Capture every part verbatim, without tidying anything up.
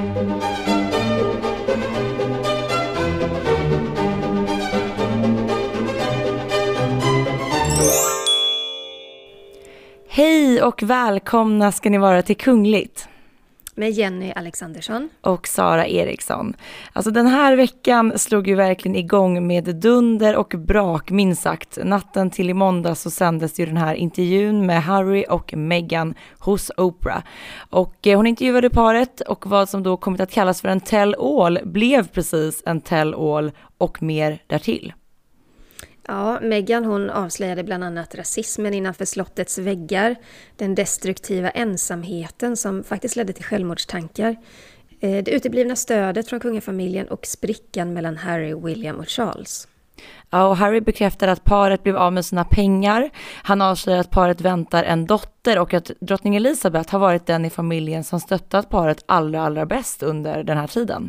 Hej och välkomna ska ni vara till Kungligt. Med Jenny Alexandersson. Och Sara Eriksson. Alltså den här veckan slog ju verkligen igång med dunder och brak, minst sagt. Natten till i måndag så sändes ju den här intervjun med Harry och Meghan hos Oprah. Och eh, hon intervjuade paret och vad som då kommit att kallas för en tell-all blev precis en tell-all och mer därtill. Ja, Meghan hon avslöjade bland annat rasismen innanför slottets väggar, den destruktiva ensamheten som faktiskt ledde till självmordstankar, det uteblivna stödet från kungafamiljen och sprickan mellan Harry, William och Charles. Ja, och Harry bekräftade att paret blev av med sina pengar. Han avslöjade att paret väntar en dotter och att drottning Elizabeth har varit den i familjen som stöttat paret allra, allra bäst under den här tiden.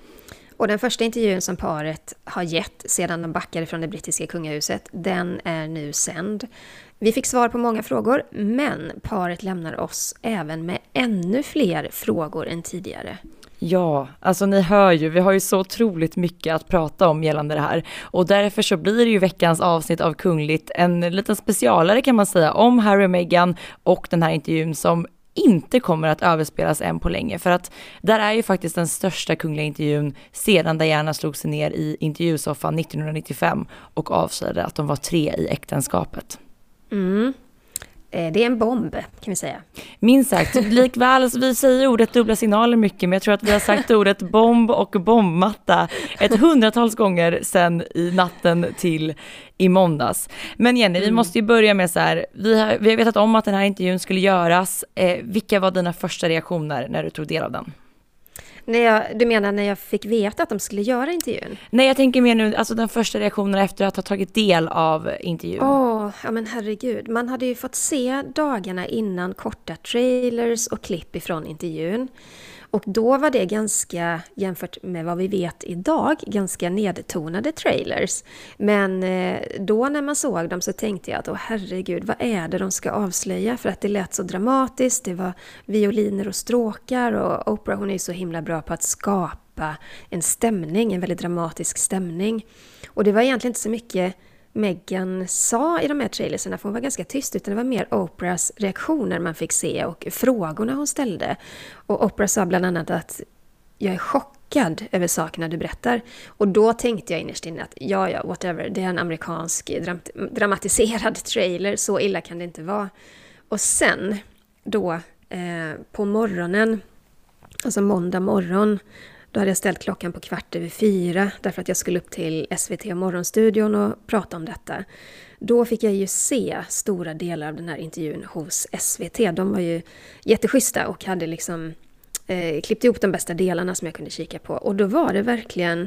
Och den första intervjun som paret har gett sedan de backade från det brittiska kungahuset, den är nu sänd. Vi fick svar på många frågor, men paret lämnar oss även med ännu fler frågor än tidigare. Ja, alltså ni hör ju, vi har ju så otroligt mycket att prata om gällande det här. Och därför så blir det ju veckans avsnitt av Kungligt en liten specialare kan man säga om Harry och Meghan och den här intervjun som inte kommer att överspelas än på länge. För att där är ju faktiskt den största kungliga intervjun sedan Diana slog sig ner i intervjusoffan nittonhundranittiofem och avslöjade att de var tre i äktenskapet. Mm. Det är en bomb kan vi säga. Minst sagt, likväl, alltså, vi säger ordet dubbla signaler mycket, men jag tror att vi har sagt ordet bomb och bombmatta ett hundratals gånger sedan i natten till i måndags. Men Jenny, mm. vi måste ju börja med så här, vi har, vi har vetat om att den här intervjun skulle göras. Eh, vilka var dina första reaktioner när du tog del av den? När jag, du menar när jag fick veta att de skulle göra intervjun? Nej, jag tänker mer nu, alltså den första reaktionen efter att ha tagit del av intervjun. Åh, oh, ja men herregud. Man hade ju fått se dagarna innan korta trailers och klipp ifrån intervjun. Och då var det ganska, jämfört med vad vi vet idag, ganska nedtonade trailers. Men eh, då när man såg dem så tänkte jag att åh herregud, vad är det de ska avslöja? För att det lät så dramatiskt, det var violiner och stråkar och Oprah hon är ju så himla bra på att skapa en stämning, en väldigt dramatisk stämning. Och det var egentligen inte så mycket Meghan sa i de här trailerserna, för hon var ganska tyst, utan det var mer Oprahs reaktioner man fick se och frågorna hon ställde. Och Oprah sa bland annat att jag är chockad över sakerna du berättar. Och då tänkte jag innerst inne att ja, ja, whatever, det är en amerikansk dram- dramatiserad trailer, så illa kan det inte vara. Och sen då eh, på morgonen, alltså måndag morgon, då hade jag ställt klockan på kvart över fyra därför att jag skulle upp till S V T och Morgonstudion och prata om detta. Då fick jag ju se stora delar av den här intervjun hos S V T. De var ju jätteschyssta och hade liksom eh, klippt ihop de bästa delarna som jag kunde kika på. Och då var det verkligen,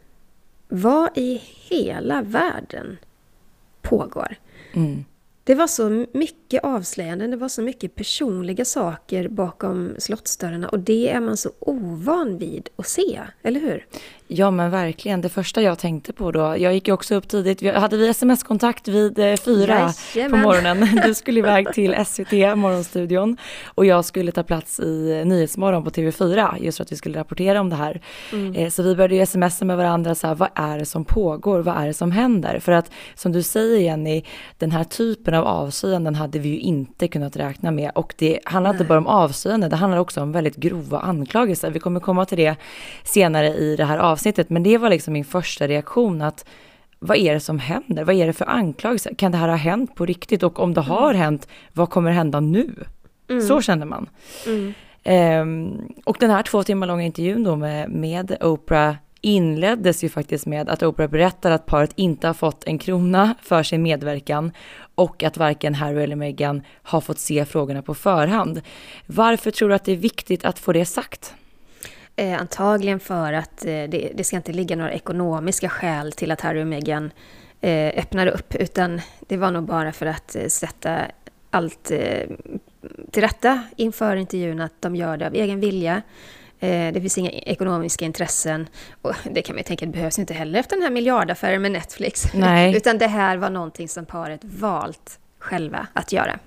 vad i hela världen pågår? Mm. Det var så mycket avslöjanden, det var så mycket personliga saker bakom slottsdörrarna och det är man så ovan vid att se, eller hur? Ja men verkligen, det första jag tänkte på då, jag gick ju också upp tidigt, vi hade vi sms-kontakt vid eh, fyra Jajamän. På morgonen. Du skulle iväg till S V T, Morgonstudion, och jag skulle ta plats i Nyhetsmorgon på T V fyra just för att vi skulle rapportera om det här. Mm. Eh, så vi började ju smsa med varandra så här, vad är det som pågår, vad är det som händer? För att som du säger Jenny, den här typen av avslöjanden hade vi ju inte kunnat räkna med, och det handlar Nej. inte bara om avslöjanden, det handlar också om väldigt grova anklagelser. Vi kommer komma till det senare i det här avsnittet, men det var liksom min första reaktion, att vad är det som händer? Vad är det för anklagelser? Kan det här ha hänt på riktigt? Och om det mm. har hänt, vad kommer hända nu? Mm. Så kände man. Mm. Um, och den här två timmar långa intervjun då med, med Oprah inleddes ju faktiskt med att Oprah berättar att paret inte har fått en krona för sin medverkan och att varken Harry eller Meghan har fått se frågorna på förhand. Varför tror du att det är viktigt att få det sagt? Eh, antagligen för att eh, det, det ska inte ligga några ekonomiska skäl till att Harry och Meghan eh, öppnar upp, utan det var nog bara för att eh, sätta allt eh, till rätta inför intervjun, att de gör det av egen vilja. Eh, det finns inga ekonomiska intressen, och det kan man ju tänka, det behövs inte heller efter den här miljardaffären med Netflix. Nej. Utan det här var någonting som paret valt själva att göra.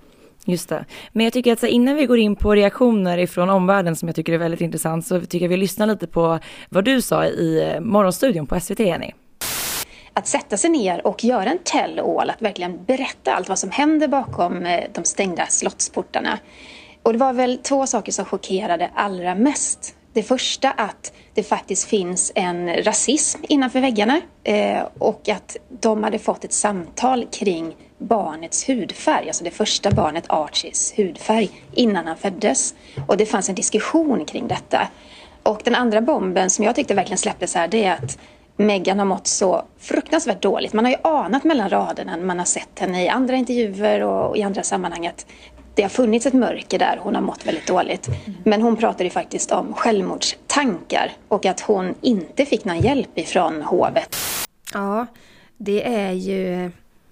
Just det. Men jag tycker att så innan vi går in på reaktioner ifrån omvärlden som jag tycker är väldigt intressant, så tycker jag vi lyssnar lite på vad du sa i Morgonstudion på S V T, Jenny. Att sätta sig ner och göra en tell-all, att verkligen berätta allt vad som händer bakom de stängda slottsportarna. Och det var väl två saker som chockerade allra mest. Det första, att det faktiskt finns en rasism innanför väggarna eh, och att de hade fått ett samtal kring barnets hudfärg, alltså det första barnet Archies hudfärg innan han föddes. Och det fanns en diskussion kring detta. Och den andra bomben som jag tyckte verkligen släpptes här, det är att Meghan har mått så fruktansvärt dåligt. Man har ju anat mellan raderna när man har sett henne i andra intervjuer och i andra sammanhang att det har funnits ett mörker där, hon har mått väldigt dåligt. Men hon pratade ju faktiskt om självmordstankar och att hon inte fick någon hjälp ifrån hovet. Ja, det är ju...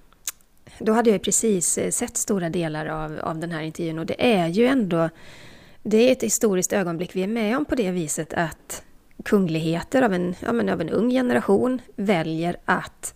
Då hade jag precis sett stora delar av, av den här intervjun, och det är ju ändå... Det är ett historiskt ögonblick vi är med om på det viset att kungligheter av en, ja, men av en ung generation väljer att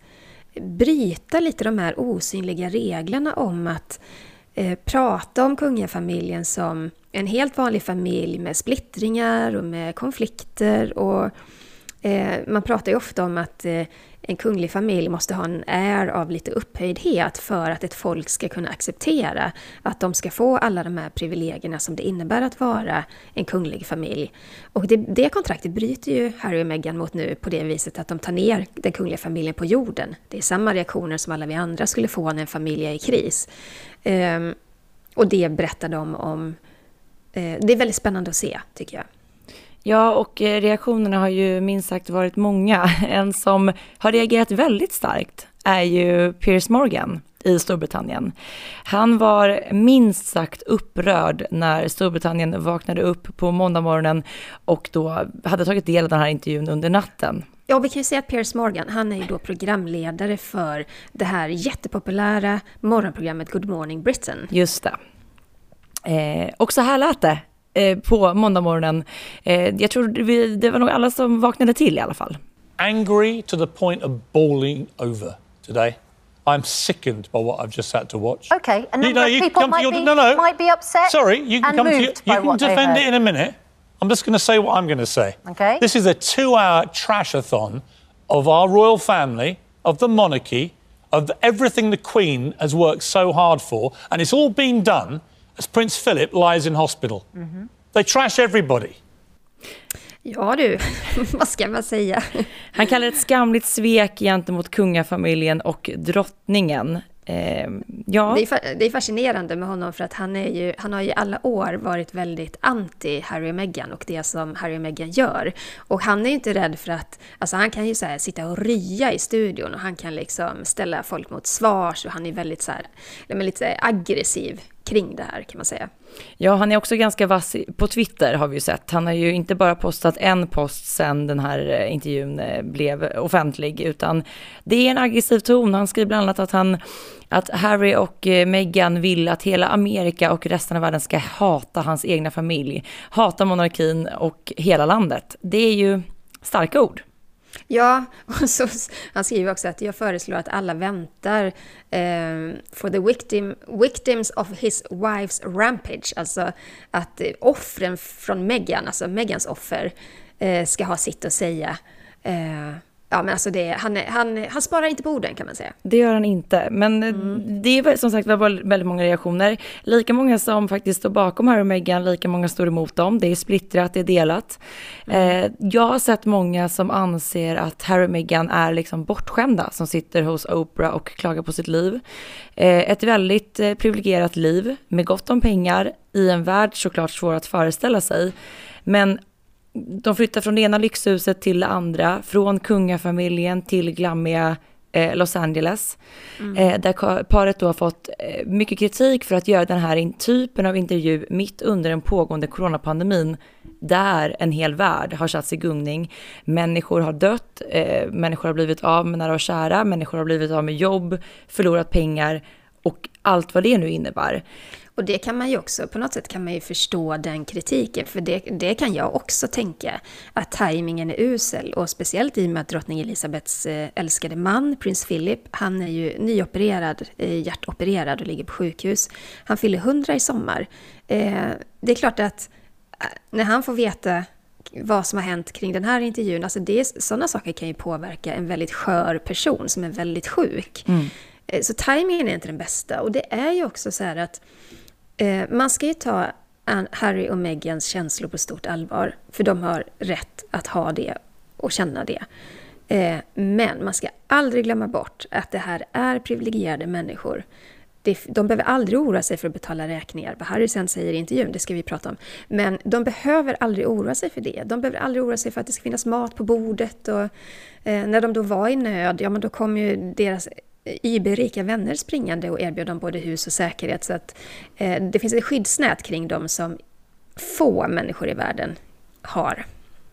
bryta lite de här osynliga reglerna om att eh, prata om kungafamiljen som en helt vanlig familj med splittringar och med konflikter. Och eh, man pratar ju ofta om att eh, en kunglig familj måste ha en är av lite upphöjdhet för att ett folk ska kunna acceptera att de ska få alla de här privilegierna som det innebär att vara en kunglig familj. Och det, det kontraktet bryter ju Harry och Meghan mot nu på det viset att de tar ner den kungliga familjen på jorden. Det är samma reaktioner som alla vi andra skulle få när en familj är i kris. Um, och det berättar de om. Uh, det är väldigt spännande att se, tycker jag. Ja, och reaktionerna har ju minst sagt varit många. En som har reagerat väldigt starkt är ju Piers Morgan i Storbritannien. Han var minst sagt upprörd när Storbritannien vaknade upp på måndag morgonen och då hade tagit del av den här intervjun under natten. Ja, vi kan ju säga att Piers Morgan, han är ju då programledare för det här jättepopulära morgonprogrammet Good Morning Britain. Just det. Eh, och så här lät det på måndag morgonen. Jag tror vi, det var nog alla som vaknade till i alla fall. Angry to the point of bawling over today. I'm sickened by what I've just had to watch. Okay, a number you know, of you people come might, to be, your, no, no. might be upset. Sorry, you can and come to moved your, by you can what they defend heard. it in a minute. I'm just going to say what I'm going to say. Okay. This is a two-hour trash-a-thon of our royal family, of the monarchy, of the, everything the Queen has worked so hard for, and it's all been done as Prince Philip lies in hospital. Mm-hmm. They trash everybody. Ja du, vad ska man säga? Han kallar det ett skamligt svek gentemot kungafamiljen och drottningen. Eh, ja. det, är, det är fascinerande med honom för att han, är ju, han har ju alla år varit väldigt anti Harry och Meghan och det som Harry och Meghan gör. Och han är ju inte rädd för att, alltså han kan ju så här, sitta och rya i studion och han kan liksom ställa folk mot svars och han är väldigt så här, men lite så här aggressiv kring det här kan man säga. Ja, han är också ganska vass på Twitter har vi ju sett. Han har ju inte bara postat en post sedan den här intervjun blev offentlig utan det är en aggressiv ton. Han skriver bland annat att, han, att Harry och Meghan vill att hela Amerika och resten av världen ska hata hans egna familj. Hata monarkin och hela landet. Det är ju starka ord. Ja, och så, han skriver också att jag föreslår att alla väntar eh, for the victim, victims of his wife's rampage. Alltså att eh, offren från Meghan, alltså Meghans offer, eh, ska ha sitt att säga. Eh, ja, men alltså det, han, han, han sparar inte på orden kan man säga. Det gör han inte, men mm. det är som sagt väldigt många reaktioner. Lika många som faktiskt står bakom Harry och Meghan, lika många står emot dem. Det är splittrat, det är delat. Mm. Eh, jag har sett många som anser att Harry och Meghan är liksom bortskämda som sitter hos Oprah och klagar på sitt liv. Eh, ett väldigt eh, privilegierat liv med gott om pengar i en värld såklart svår att föreställa sig. Men de flyttar från det ena lyxhuset till det andra, från kungafamiljen till glammiga eh, Los Angeles. Mm. Eh, där paret då har fått eh, mycket kritik för att göra den här in- typen av intervju mitt under den pågående coronapandemin där en hel värld har satts i gungning. Människor har dött, eh, människor har blivit av med nära och kära, människor har blivit av med jobb, förlorat pengar och allt vad det nu innebär. Och det kan man ju också, på något sätt kan man ju förstå den kritiken, för det, det kan jag också tänka, att tajmingen är usel, och speciellt i och med att drottning Elisabeths älskade man, prins Philip, han är ju nyopererad, hjärtopererad och ligger på sjukhus. Han fyller hundra i sommar. Det är klart att när han får veta vad som har hänt kring den här intervjun, alltså det, sådana saker kan ju påverka en väldigt skör person som är väldigt sjuk. Mm. Så tajmingen är inte den bästa, och det är ju också så här att eh, man ska ju ta Harry och Meghans känslor på stort allvar, för de har rätt att ha det och känna det. Eh, men man ska aldrig glömma bort att det här är privilegierade människor. De behöver aldrig oroa sig för att betala räkningar. Vad Harry sen säger i intervjun, det ska vi prata om. Men de behöver aldrig oroa sig för det. De behöver aldrig oroa sig för att det ska finnas mat på bordet. Och, eh, när de då var i nöd, ja men då kom ju deras iberrika vänner springande och erbjöd dem både hus och säkerhet. Så att eh, det finns ett skyddsnät kring dem som få människor i världen har.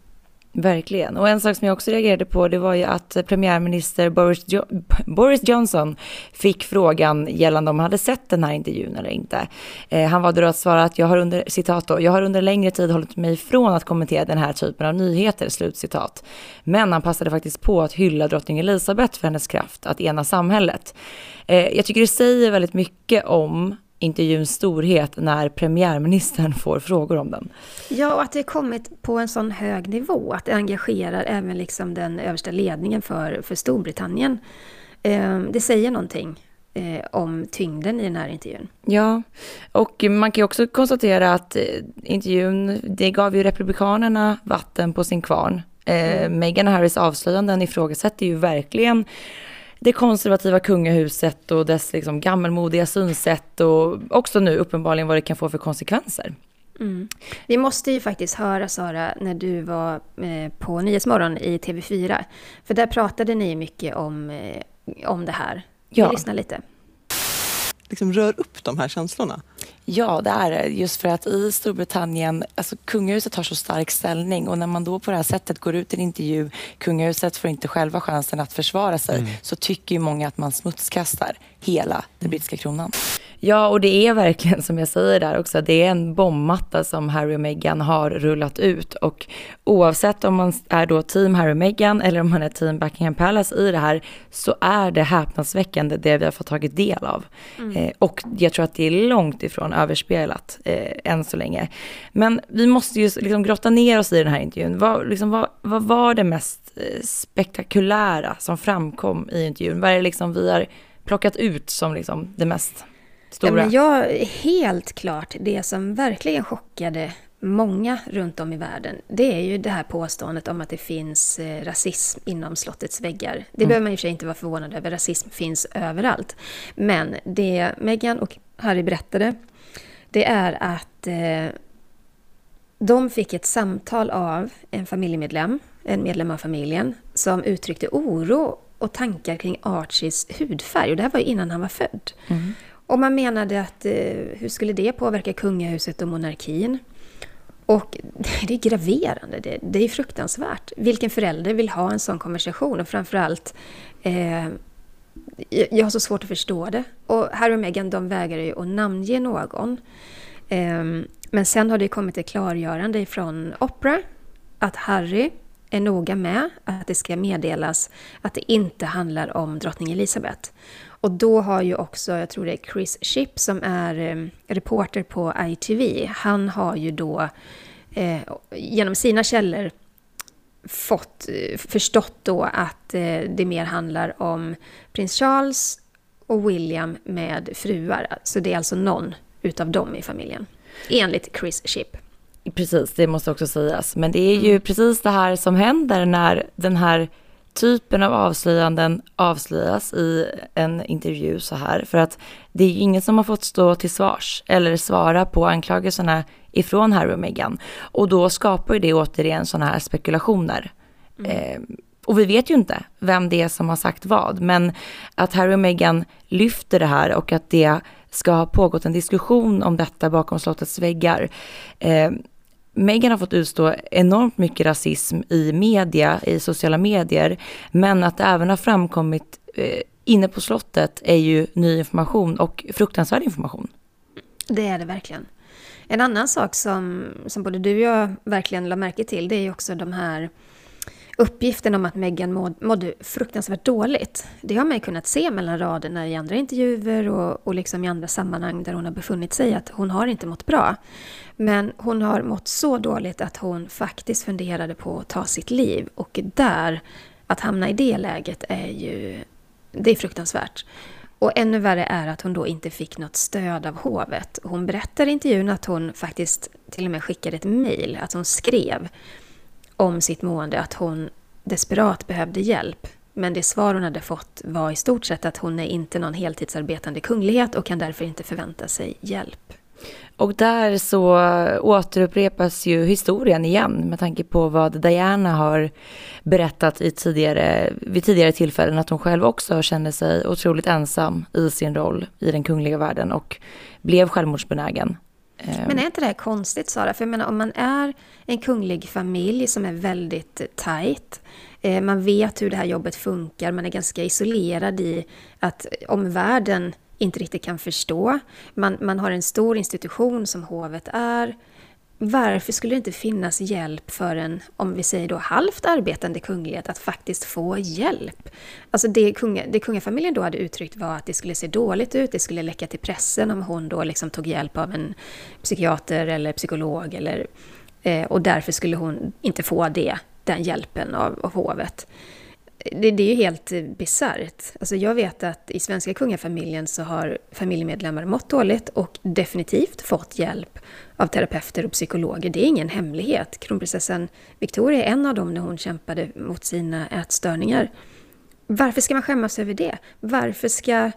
Verkligen. Och en sak som jag också reagerade på, det var ju att premiärminister Boris, jo- Boris Johnson fick frågan gällande om han hade sett den här intervjun eller inte. Eh, han var då att svara att jag har under, citat då, jag har under längre tid hållit mig ifrån att kommentera den här typen av nyheter, slutcitat. Men han passade faktiskt på att hylla drottning Elisabeth för hennes kraft att ena samhället. Eh, jag tycker det säger väldigt mycket om intervjuns storhet när premiärministern får frågor om den. Ja, och att det kommit på en sån hög nivå, att det engagerar även liksom den översta ledningen för, för Storbritannien. Eh, det säger någonting eh, om tyngden i den här intervjun. Ja, och man kan ju också konstatera att eh, intervjun, det gav ju republikanerna vatten på sin kvarn. Eh, mm. Meghan och Harrys avslöjanden ifrågasätter ju verkligen det konservativa kungahuset och dess liksom gammalmodiga synsätt, och också nu uppenbarligen vad det kan få för konsekvenser. Mm. Vi måste ju faktiskt höra, Sara, när du var eh, på Nyhetsmorgon i T V fyra. För där pratade ni mycket om, eh, om det här. Vi ja. lyssnar lite. Liksom rör upp de här känslorna. Ja, det är det. Just för att i Storbritannien, alltså kungahuset har så stark ställning, och när man då på det här sättet går ut i en intervju, kungahuset får inte själva chansen att försvara sig, mm. så tycker ju många att man smutskastar hela den brittiska kronan. Ja, och det är verkligen, som jag säger där också, det är en bombmatta som Harry och Meghan har rullat ut, och oavsett om man är då team Harry och Meghan eller om man är team Buckingham Palace i det här, så är det häpnadsväckande det vi har fått tagit del av. Mm. Eh, och jag tror att det är långt ifrån överspelat eh, än så länge. Men vi måste ju liksom grotta ner oss i den här intervjun. Vad, liksom, vad, vad var det mest eh, spektakulära som framkom i intervjun? Vad är det liksom vi har plockat ut som liksom det mest stora? Ja, men jag, helt klart, det som verkligen chockade många runt om i världen, det är ju det här påståendet om att det finns eh, rasism inom slottets väggar. Det mm. behöver man i och för sig inte vara förvånad över. Rasism finns överallt. Men det Meghan och Harry berättade, det är att eh, de fick ett samtal av en familjemedlem, en medlem av familjen, som uttryckte oro och tankar kring Archies hudfärg. Och det här var ju innan han var född. Mm. Och man menade att eh, hur skulle det påverka kungahuset och monarkin? Och det är graverande, det, det är fruktansvärt. Vilken förälder vill ha en sån konversation? Och framförallt, eh, jag har så svårt att förstå det. Och Harry och Meghan, de vägrar ju att namnge någon. Eh, men sen har det kommit ett klargörande från Oprah att Harry är noga med att det ska meddelas att det inte handlar om drottning Elisabeth. Och då har ju också, jag tror det är Chris Shipp som är eh, reporter på I T V. Han har ju då eh, genom sina källor fått, eh, förstått då att eh, det mer handlar om prins Charles och William med fruar. Så det är alltså någon utav dem i familjen, enligt Chris Shipp. Precis, det måste också sägas. Men det är ju mm. precis det här som händer när den här typen av avslöjanden avslöjas i en intervju så här. För att det är ju ingen som har fått stå till svars eller svara på anklagelserna ifrån Harry och Meghan. Och då skapar ju det återigen såna här spekulationer. Mm. Eh, och vi vet ju inte vem det är som har sagt vad. Men att Harry och Meghan lyfter det här och att det ska ha pågått en diskussion om detta bakom slottets väggar. Eh, Meghan har fått utstå enormt mycket rasism i media, i sociala medier, men att det även har framkommit eh, inne på slottet är ju ny information och fruktansvärd information. Det är det verkligen. En annan sak som, som både du och jag verkligen la märke till, det är ju också de här uppgiften om att Meghan måd, mådde fruktansvärt dåligt. Det har man ju kunnat se mellan raderna i andra intervjuer och, och liksom i andra sammanhang där hon har befunnit sig, att hon har inte mått bra. Men hon har mått så dåligt att hon faktiskt funderade på att ta sitt liv. Och där, att hamna i det läget är ju, det är fruktansvärt. Och ännu värre är att hon då inte fick något stöd av hovet. Hon berättar i intervjun att hon faktiskt till och med skickade ett mejl, att hon skrev om sitt mående, att hon desperat behövde hjälp. Men det svar hon hade fått var i stort sett att hon är inte någon heltidsarbetande kunglighet och kan därför inte förvänta sig hjälp. Och där så återupprepas ju historien igen med tanke på vad Diana har berättat i tidigare, vid tidigare tillfällen, att hon själv också kände sig otroligt ensam i sin roll i den kungliga världen och blev självmordsbenägen. Men är inte det här konstigt, Sara? För jag menar, om man är en kunglig familj som är väldigt tajt, eh, man vet hur det här jobbet funkar, man är ganska isolerad i att omvärlden inte riktigt kan förstå. Man, man har en stor institution som hovet är. Varför skulle det inte finnas hjälp för en, om vi säger då halvt arbetande kunglighet, att faktiskt få hjälp? Alltså det, kunga, det kungafamiljen då hade uttryckt var att det skulle se dåligt ut, det skulle läcka till pressen om hon då liksom tog hjälp av en psykiater eller psykolog, eller, eh, och därför skulle hon inte få det, den hjälpen av, av hovet. Det, det är ju helt bisarrt. Alltså jag vet att i svenska kungafamiljen så har familjemedlemmar mått dåligt och definitivt fått hjälp av terapeuter och psykologer. Det är ingen hemlighet. Kronprinsessan Victoria är en av dem när hon kämpade mot sina ätstörningar. Varför ska man skämmas över det? Varför ska,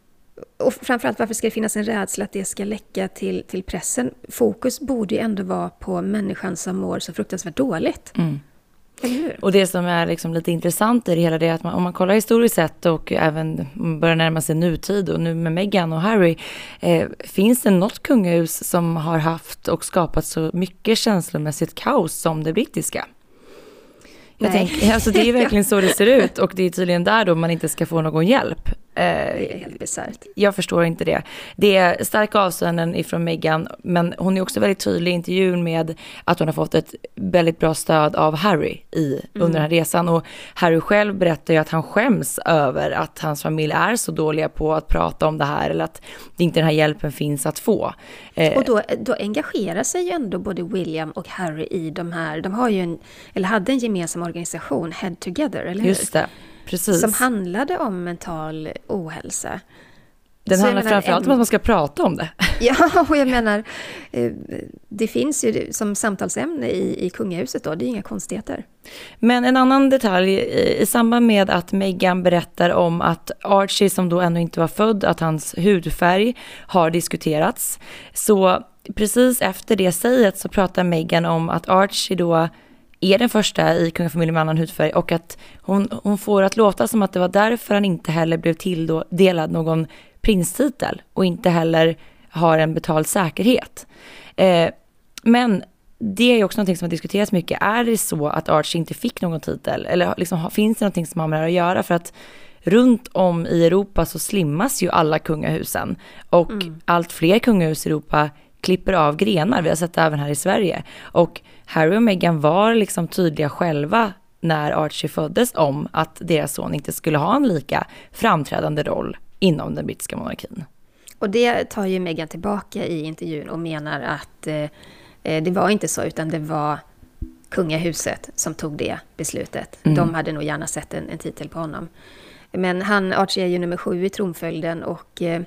och framförallt varför ska det finnas en rädsla att det ska läcka till, till pressen? Fokus borde ju ändå vara på människan som mår så fruktansvärt dåligt. Mm. Och det som är liksom lite intressant i det hela, det är att man, om man kollar historiskt sett och även börjar närma sig nutid och nu med Meghan och Harry, eh, finns det något kungahus som har haft och skapat så mycket känslomässigt kaos som det brittiska? Jag tänker, alltså det är verkligen så det ser ut, och det är tydligen där då man inte ska få någon hjälp. Det är helt bisarrt. Jag förstår inte det. Det är starka avsönden ifrån Meghan, men hon är också väldigt tydlig i intervjun med att hon har fått ett väldigt bra stöd av Harry i, mm. under den här resan. Och Harry själv berättar ju att han skäms över att hans familj är så dåliga på att prata om det här, eller att det inte den här hjälpen finns att få. Och då, då engagerar sig ju ändå både William och Harry i de här, de har ju en, eller hade en gemensam organisation, Head Together, eller hur? Just det. Precis. Som handlade om mental ohälsa. Den så handlar framförallt om att man ska prata om det. Ja, och jag menar, det finns ju som samtalsämne i, i kungahuset då, det är inga konstigheter. Men en annan detalj, i samband med att Meghan berättar om att Archie, som då ännu inte var född, att hans hudfärg har diskuterats. Så precis efter det säget så pratar Meghan om att Archie då är den första i kungafamiljen med annan hudfärg, och att hon, hon får att låta som att det var därför han inte heller blev tilldelad någon prinstitel och inte heller har en betald säkerhet. Eh, men det är också någonting som har diskuterats mycket. Är det så att Archie inte fick någon titel? Eller liksom, finns det någonting som har med det att göra? För att runt om i Europa så slimmas ju alla kungahusen, och mm. allt fler kungahus i Europa klipper av grenar. Vi har sett det även här i Sverige. Och Harry och Meghan var liksom tydliga själva när Archie föddes om att deras son inte skulle ha en lika framträdande roll inom den brittiska monarkin. Och det tar ju Meghan tillbaka i intervjun och menar att eh, det var inte så, utan det var kungahuset som tog det beslutet. Mm. De hade nog gärna sett en, en titel på honom. Men han, Archie är ju nummer sju i tronföljden, och eh,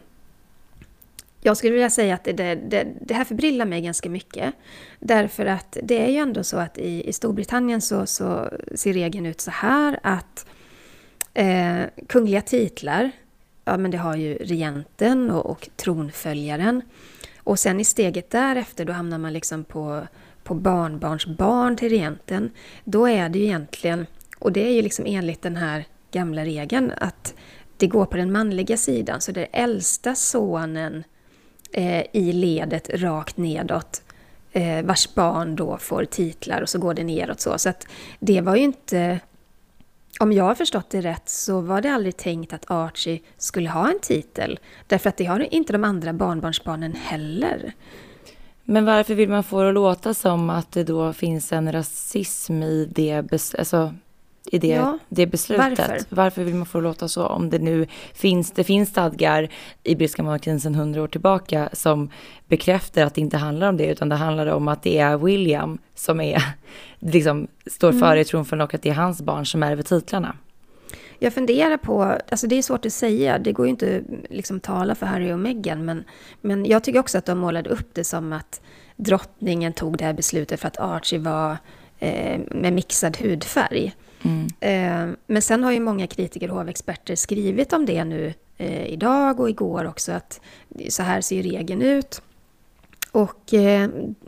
jag skulle vilja säga att det, det, det här förbryllar mig ganska mycket. Därför att det är ju ändå så att i, i Storbritannien så, så ser regeln ut så här att eh, kungliga titlar, ja men det har ju regenten och, och tronföljaren. Och sen i steget därefter då hamnar man liksom på, på barnbarns barn till regenten. Då är det ju egentligen, och det är ju liksom enligt den här gamla regeln, att det går på den manliga sidan. Så det är äldsta sonen i ledet rakt nedåt, eh, vars barn då får titlar, och så går det neråt så. Så att det var ju inte, Om jag har förstått det rätt så var det aldrig tänkt att Archie skulle ha en titel. Därför att det har inte de andra barnbarnsbarnen heller. Men varför vill man få det att låta som att det då finns en rasism i det, bes- alltså, i det, ja, det beslutet? Varför? Varför vill man få det att låta så? Om det nu finns, det finns stadgar i brittiska monarkin sedan hundra år tillbaka som bekräftar att det inte handlar om det, utan det handlar om att det är William som är, liksom, står för mm. i tronföljden och att det är hans barn som är vid titlarna. Jag funderar på, alltså det är svårt att säga, det går ju inte liksom tala för Harry och Meghan, men, men jag tycker också att de målade upp det som att drottningen tog det här beslutet för att Archie var eh, med mixad hudfärg. Mm. Eh, men sen har ju många kritiker och hovexperter skrivit om det nu eh, idag och igår också, att så här ser ju regeln ut. Och eh,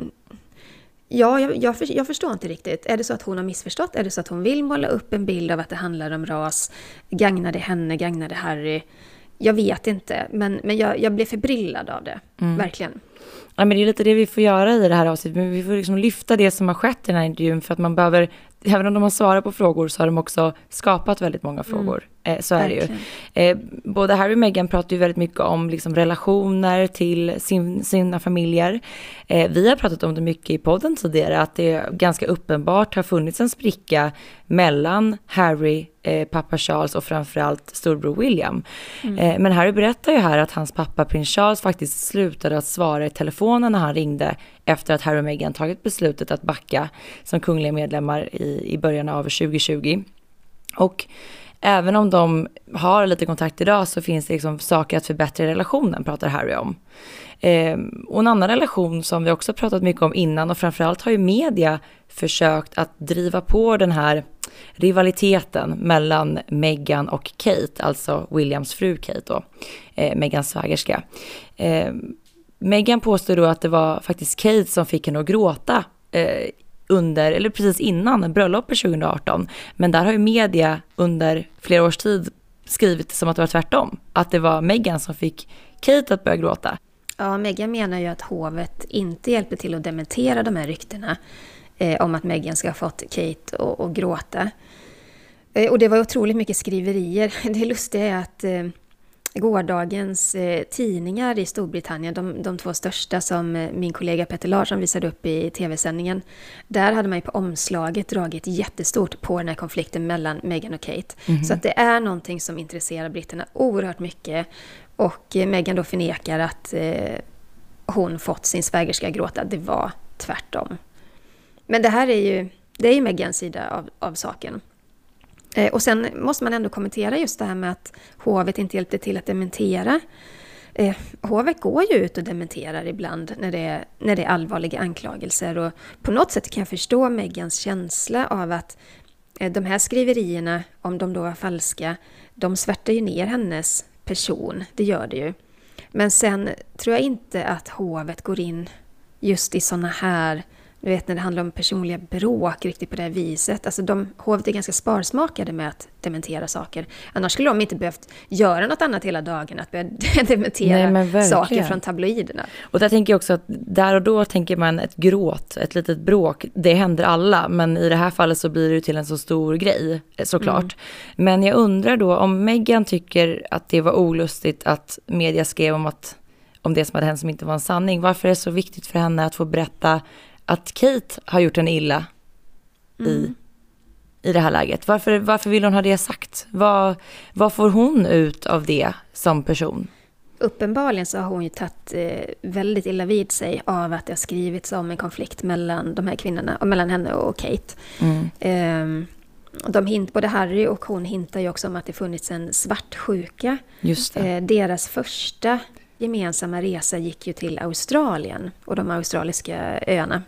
ja, jag, jag, för, jag förstår inte riktigt. Är det så att hon har missförstått? Är det så att hon vill måla upp en bild av att det handlar om ras? Gagnar det henne? Gagnar det Harry? Jag vet inte, men, men jag, jag blev förbryllad av det. Mm. Verkligen. Ja, men det är lite det vi får göra i det här avsnittet. Men vi får liksom lyfta det som har skett i den här intervjun, för att man behöver, även om de har svarat på frågor så har de också skapat väldigt många frågor. Mm. Eh, så är Verkligen. det ju. Eh, både Harry och Meghan pratar ju väldigt mycket om liksom relationer till sin, sina familjer. Eh, vi har pratat om det mycket i podden tidigare, att det ganska uppenbart har funnits en spricka mellan Harry, eh, pappa Charles och framförallt storbror William. Mm. Eh, men Harry berättar ju här att hans pappa prins Charles faktiskt slutade att svara i telefonen när han ringde efter att Harry och Meghan tagit beslutet att backa som kungliga medlemmar i, i början av tjugo tjugo. Och även om de har lite kontakt idag så finns det liksom saker att förbättra i relationen, pratar Harry om. Eh, och en annan relation som vi också pratat mycket om innan, och framförallt har ju media försökt att driva på den här rivaliteten mellan Meghan och Kate, alltså Williams fru Kate då, eh, Meghans svägerska. Eh, Meghan påstår då att det var faktiskt Kate som fick henne att gråta eh, under, eller precis innan bröllopet tjugo arton. Men där har ju media under flera års tid skrivit som att det var tvärtom. Att det var Meghan som fick Kate att börja gråta. Ja, Meghan menar ju att hovet inte hjälpte till att dementera de här ryktena eh, om att Meghan ska ha fått Kate att, att gråta. Eh, och det var otroligt mycket skriverier. Det lustiga är att eh, gårdagens eh, tidningar i Storbritannien, de, de två största som eh, min kollega Peter Larsson visade upp i tv-sändningen, där hade man ju på omslaget dragit jättestort på den här konflikten mellan Meghan och Kate. Mm-hmm. Så att det är någonting som intresserar britterna oerhört mycket, och eh, Meghan då förnekar att eh, hon fått sin svägerska gråta. Det var tvärtom. Men det här är ju, det är ju Meghans sida av, av saken. Och sen måste man ändå kommentera just det här med att hovet inte hjälpte till att dementera. Eh, hovet går ju ut och dementerar ibland när det, är, när det är allvarliga anklagelser. Och på något sätt kan jag förstå Meghans känsla av att eh, de här skriverierna, om de då var falska, de svärtar ju ner hennes person. Det gör det ju. Men sen tror jag inte att hovet går in just i såna här, du vet, när det handlar om personliga bråk riktigt på det här viset. Alltså de, hovet är ganska sparsmakade med att dementera saker. Annars skulle de inte behövt göra något annat hela dagen, att börja dementera Nej, saker från tabloiderna. Och där tänker jag också att där och då tänker man ett gråt, ett litet bråk, det händer alla. Men i det här fallet så blir det till en så stor grej, såklart. Mm. Men jag undrar då om Meghan tycker att det var olustigt att media skrev om, att, om det som hade hänt som inte var en sanning. Varför är det så viktigt för henne att få berätta att Kate har gjort en illa mm. i, i det här läget? Varför, varför vill hon ha det sagt? Vad, vad får hon ut av det som person? Uppenbarligen så har hon ju tagit eh, väldigt illa vid sig av att det har skrivits om en konflikt mellan de här kvinnorna, och mellan henne och Kate. Mm. Eh, de hint, både Harry och hon hintar ju också om att det funnits en svartsjuka. Just det. Eh, deras första gemensamma resa gick ju till Australien och de australiska öarna.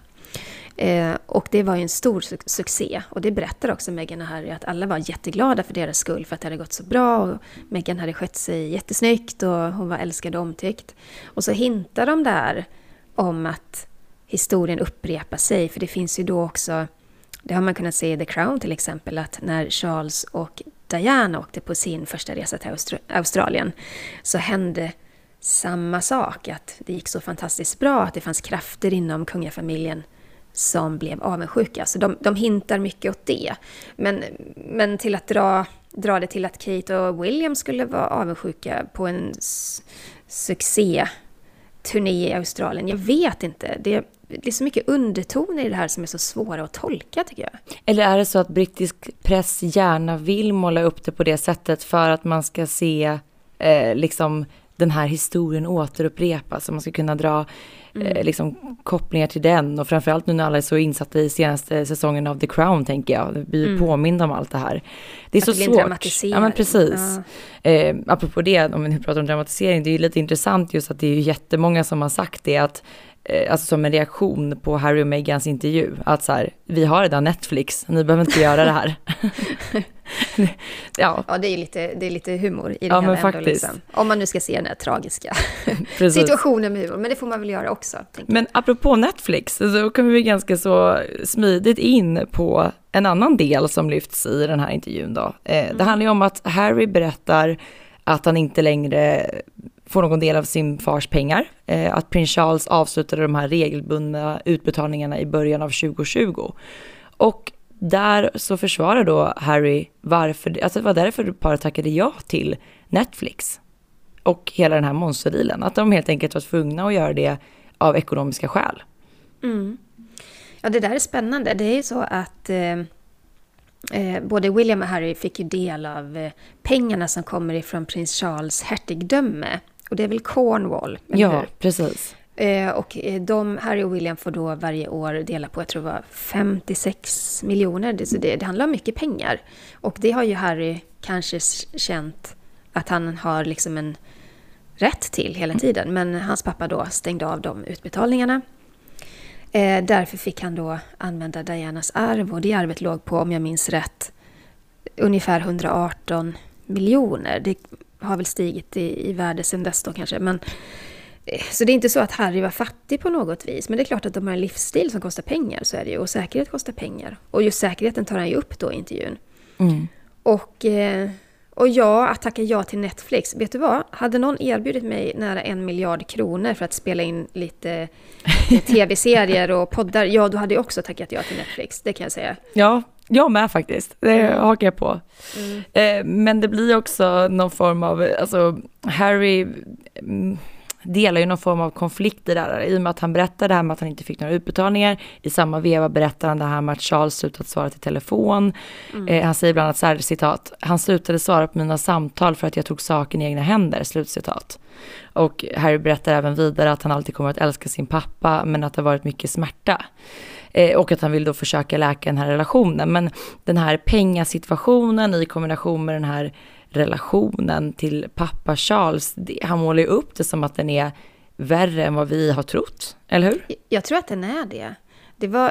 Eh, och det var ju en stor su- succé. Och det berättar också Meghan och Harry, att alla var jätteglada för deras skull, för att det hade gått så bra. Och Meghan hade skött sig jättesnyggt och hon var älskad och omtyckt. Och så hintar de där om att historien upprepar sig. För det finns ju då också, det har man kunnat se i The Crown till exempel, att när Charles och Diana åkte på sin första resa till Austra- Australien så hände samma sak, att det gick så fantastiskt bra, att det fanns krafter inom kungafamiljen som blev avundsjuka. Så de, de hintar mycket åt det. Men, men till att dra, dra det till att Kate och William skulle vara avundsjuka på en s- succé-turné i Australien. Jag vet inte. Det, det är så mycket undertoner i det här som är så svåra att tolka, tycker jag. Eller är det så att brittisk press gärna vill måla upp det på det sättet för att man ska se eh, liksom den här historien återupprepas, så man ska kunna dra mm. eh, liksom, kopplingar till den, och framförallt nu när alla är så insatta i senaste säsongen av The Crown, tänker jag. Vi blir mm. påminda om allt det här. Det är att så det svårt. Ja, men precis. Ja. Eh, apropå det, om vi nu pratar om dramatisering, det är ju lite intressant just att det är ju jättemånga som har sagt det, att eh, alltså som en reaktion på Harry och Meghans intervju, att så här, vi har redan Netflix, ni behöver inte göra det här. ja. ja, det är lite, det är lite humor i det ja, hela ändå, liksom. Om man nu ska se den här tragiska situationen med humor. Men det får man väl göra också. Men apropå Netflix, så kommer vi ganska så smidigt in på en annan del som lyfts i den här intervjun då. Eh, mm. Det handlar ju om att Harry berättar att han inte längre får någon del av sin fars pengar. Eh, att prins Charles avslutade de här regelbundna utbetalningarna i början av tjugo tjugo. Och där så försvarar då Harry varför, alltså det var därför paret tackade ja till Netflix och hela den här monsterdealen. Att de helt enkelt var tvungna att göra det av ekonomiska skäl. Mm. Ja, det där är spännande. Det är ju så att eh, eh, både William och Harry fick ju del av eh, pengarna som kommer ifrån prins Charles hertigdöme. Och det är väl Cornwall, eller ja, hur? Precis. Eh, och de, Harry och William får då varje år dela på, jag tror det var femtiosex miljoner. Det, så det, det handlar om mycket pengar. Och det har ju Harry kanske känt att han har liksom en rätt till hela tiden. Men hans pappa då stängde av de utbetalningarna. Eh, därför fick han då använda Dianas arv. Och det arvet låg på, om jag minns rätt, ungefär hundraarton miljoner. Det har väl stigit i, i värde sedan dess då kanske. Men, eh, så det är inte så att Harry var fattig på något vis. Men det är klart att de har en livsstil som kostar pengar, så är det ju. Och säkerhet kostar pengar. Och just säkerheten tar han ju upp då i intervjun. Mm. Och... Eh, Och ja, att tacka ja till Netflix. Vet du vad? Hade någon erbjudit mig nära en miljard kronor för att spela in lite tv-serier och poddar, ja, då hade jag också tackat ja till Netflix. Det kan jag säga. Ja, jag med faktiskt. Det mm. hakar jag på. Mm. Eh, men det blir också någon form av, alltså Harry mm, delar ju någon form av konflikt i det där. I och med att han berättar det här med att han inte fick några utbetalningar. I samma veva berättar han det här med att Charles slutat svara till telefon. Mm. Eh, han säger bland annat så här, citat, han slutade svara på mina samtal för att jag tog saken i egna händer, slutcitat. Och Harry berättar även vidare att han alltid kommer att älska sin pappa, men att det har varit mycket smärta. Eh, och att han vill då försöka läka den här relationen. Men den här pengasituationen i kombination med den här relationen till pappa Charles, det, han målar ju upp det som att den är värre än vad vi har trott, eller hur? Jag tror att den är det. Det var,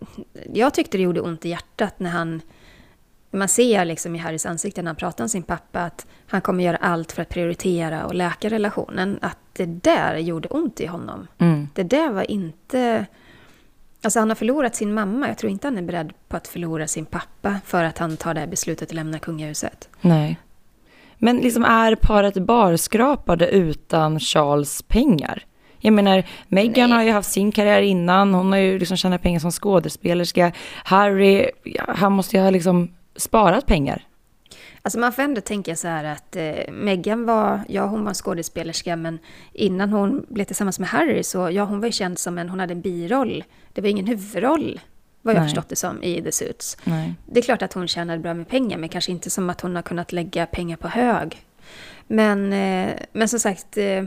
jag tyckte det gjorde ont i hjärtat när han, man ser liksom i Harrys ansikte när han pratar om sin pappa att han kommer göra allt för att prioritera och läka relationen, att det där gjorde ont i honom. Mm. Det där var inte... Alltså han har förlorat sin mamma. Jag tror inte han är beredd på att förlora sin pappa för att han tar det här beslutet att lämna kungahuset. Nej. Men liksom är paret barskrapade utan Charles pengar? Jag menar, Meghan har ju haft sin karriär innan. Hon har ju liksom tjänat pengar som skådespelerska. Harry, ja, han måste ju ha liksom sparat pengar. Alltså man får ändå tänka så här att eh, Meghan var, ja hon var en skådespelerska, men innan hon blev tillsammans med Harry så, ja hon var ju känd som en, hon hade en biroll. Det var ingen huvudroll, vad jag Nej. förstått det som, i The Suits. Nej. Det är klart att hon tjänade bra med pengar, men kanske inte som att hon har kunnat lägga pengar på hög. Men, eh, men som sagt, eh,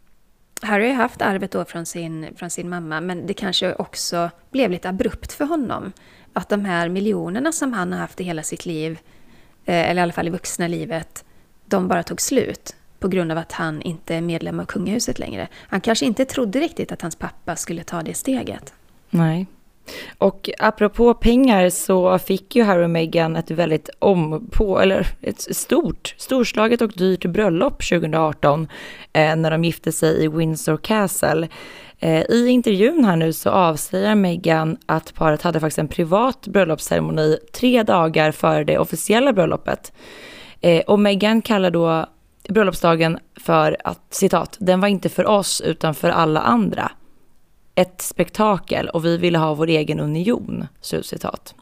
Harry har haft arvet då från sin, från sin mamma, men det kanske också blev lite abrupt för honom. Att de här miljonerna som han har haft i hela sitt liv, eller i alla fall i vuxna livet, de bara tog slut på grund av att han inte är medlem av kungahuset längre. Han kanske inte trodde riktigt att hans pappa skulle ta det steget. Nej. Och apropå pengar så fick ju Harry och Meghan ett väldigt om på, eller ett stort, storslaget och dyrt bröllop tjugoarton eh, när de gifte sig i Windsor Castle. Eh, I intervjun här nu så avsäger Meghan att paret hade faktiskt en privat bröllopsceremoni tre dagar före det officiella bröllopet. Eh, och Meghan kallar då bröllopsdagen för att, citat, den var inte för oss utan för alla andra. ett spektakel och vi ville ha vår egen union, slutcitat.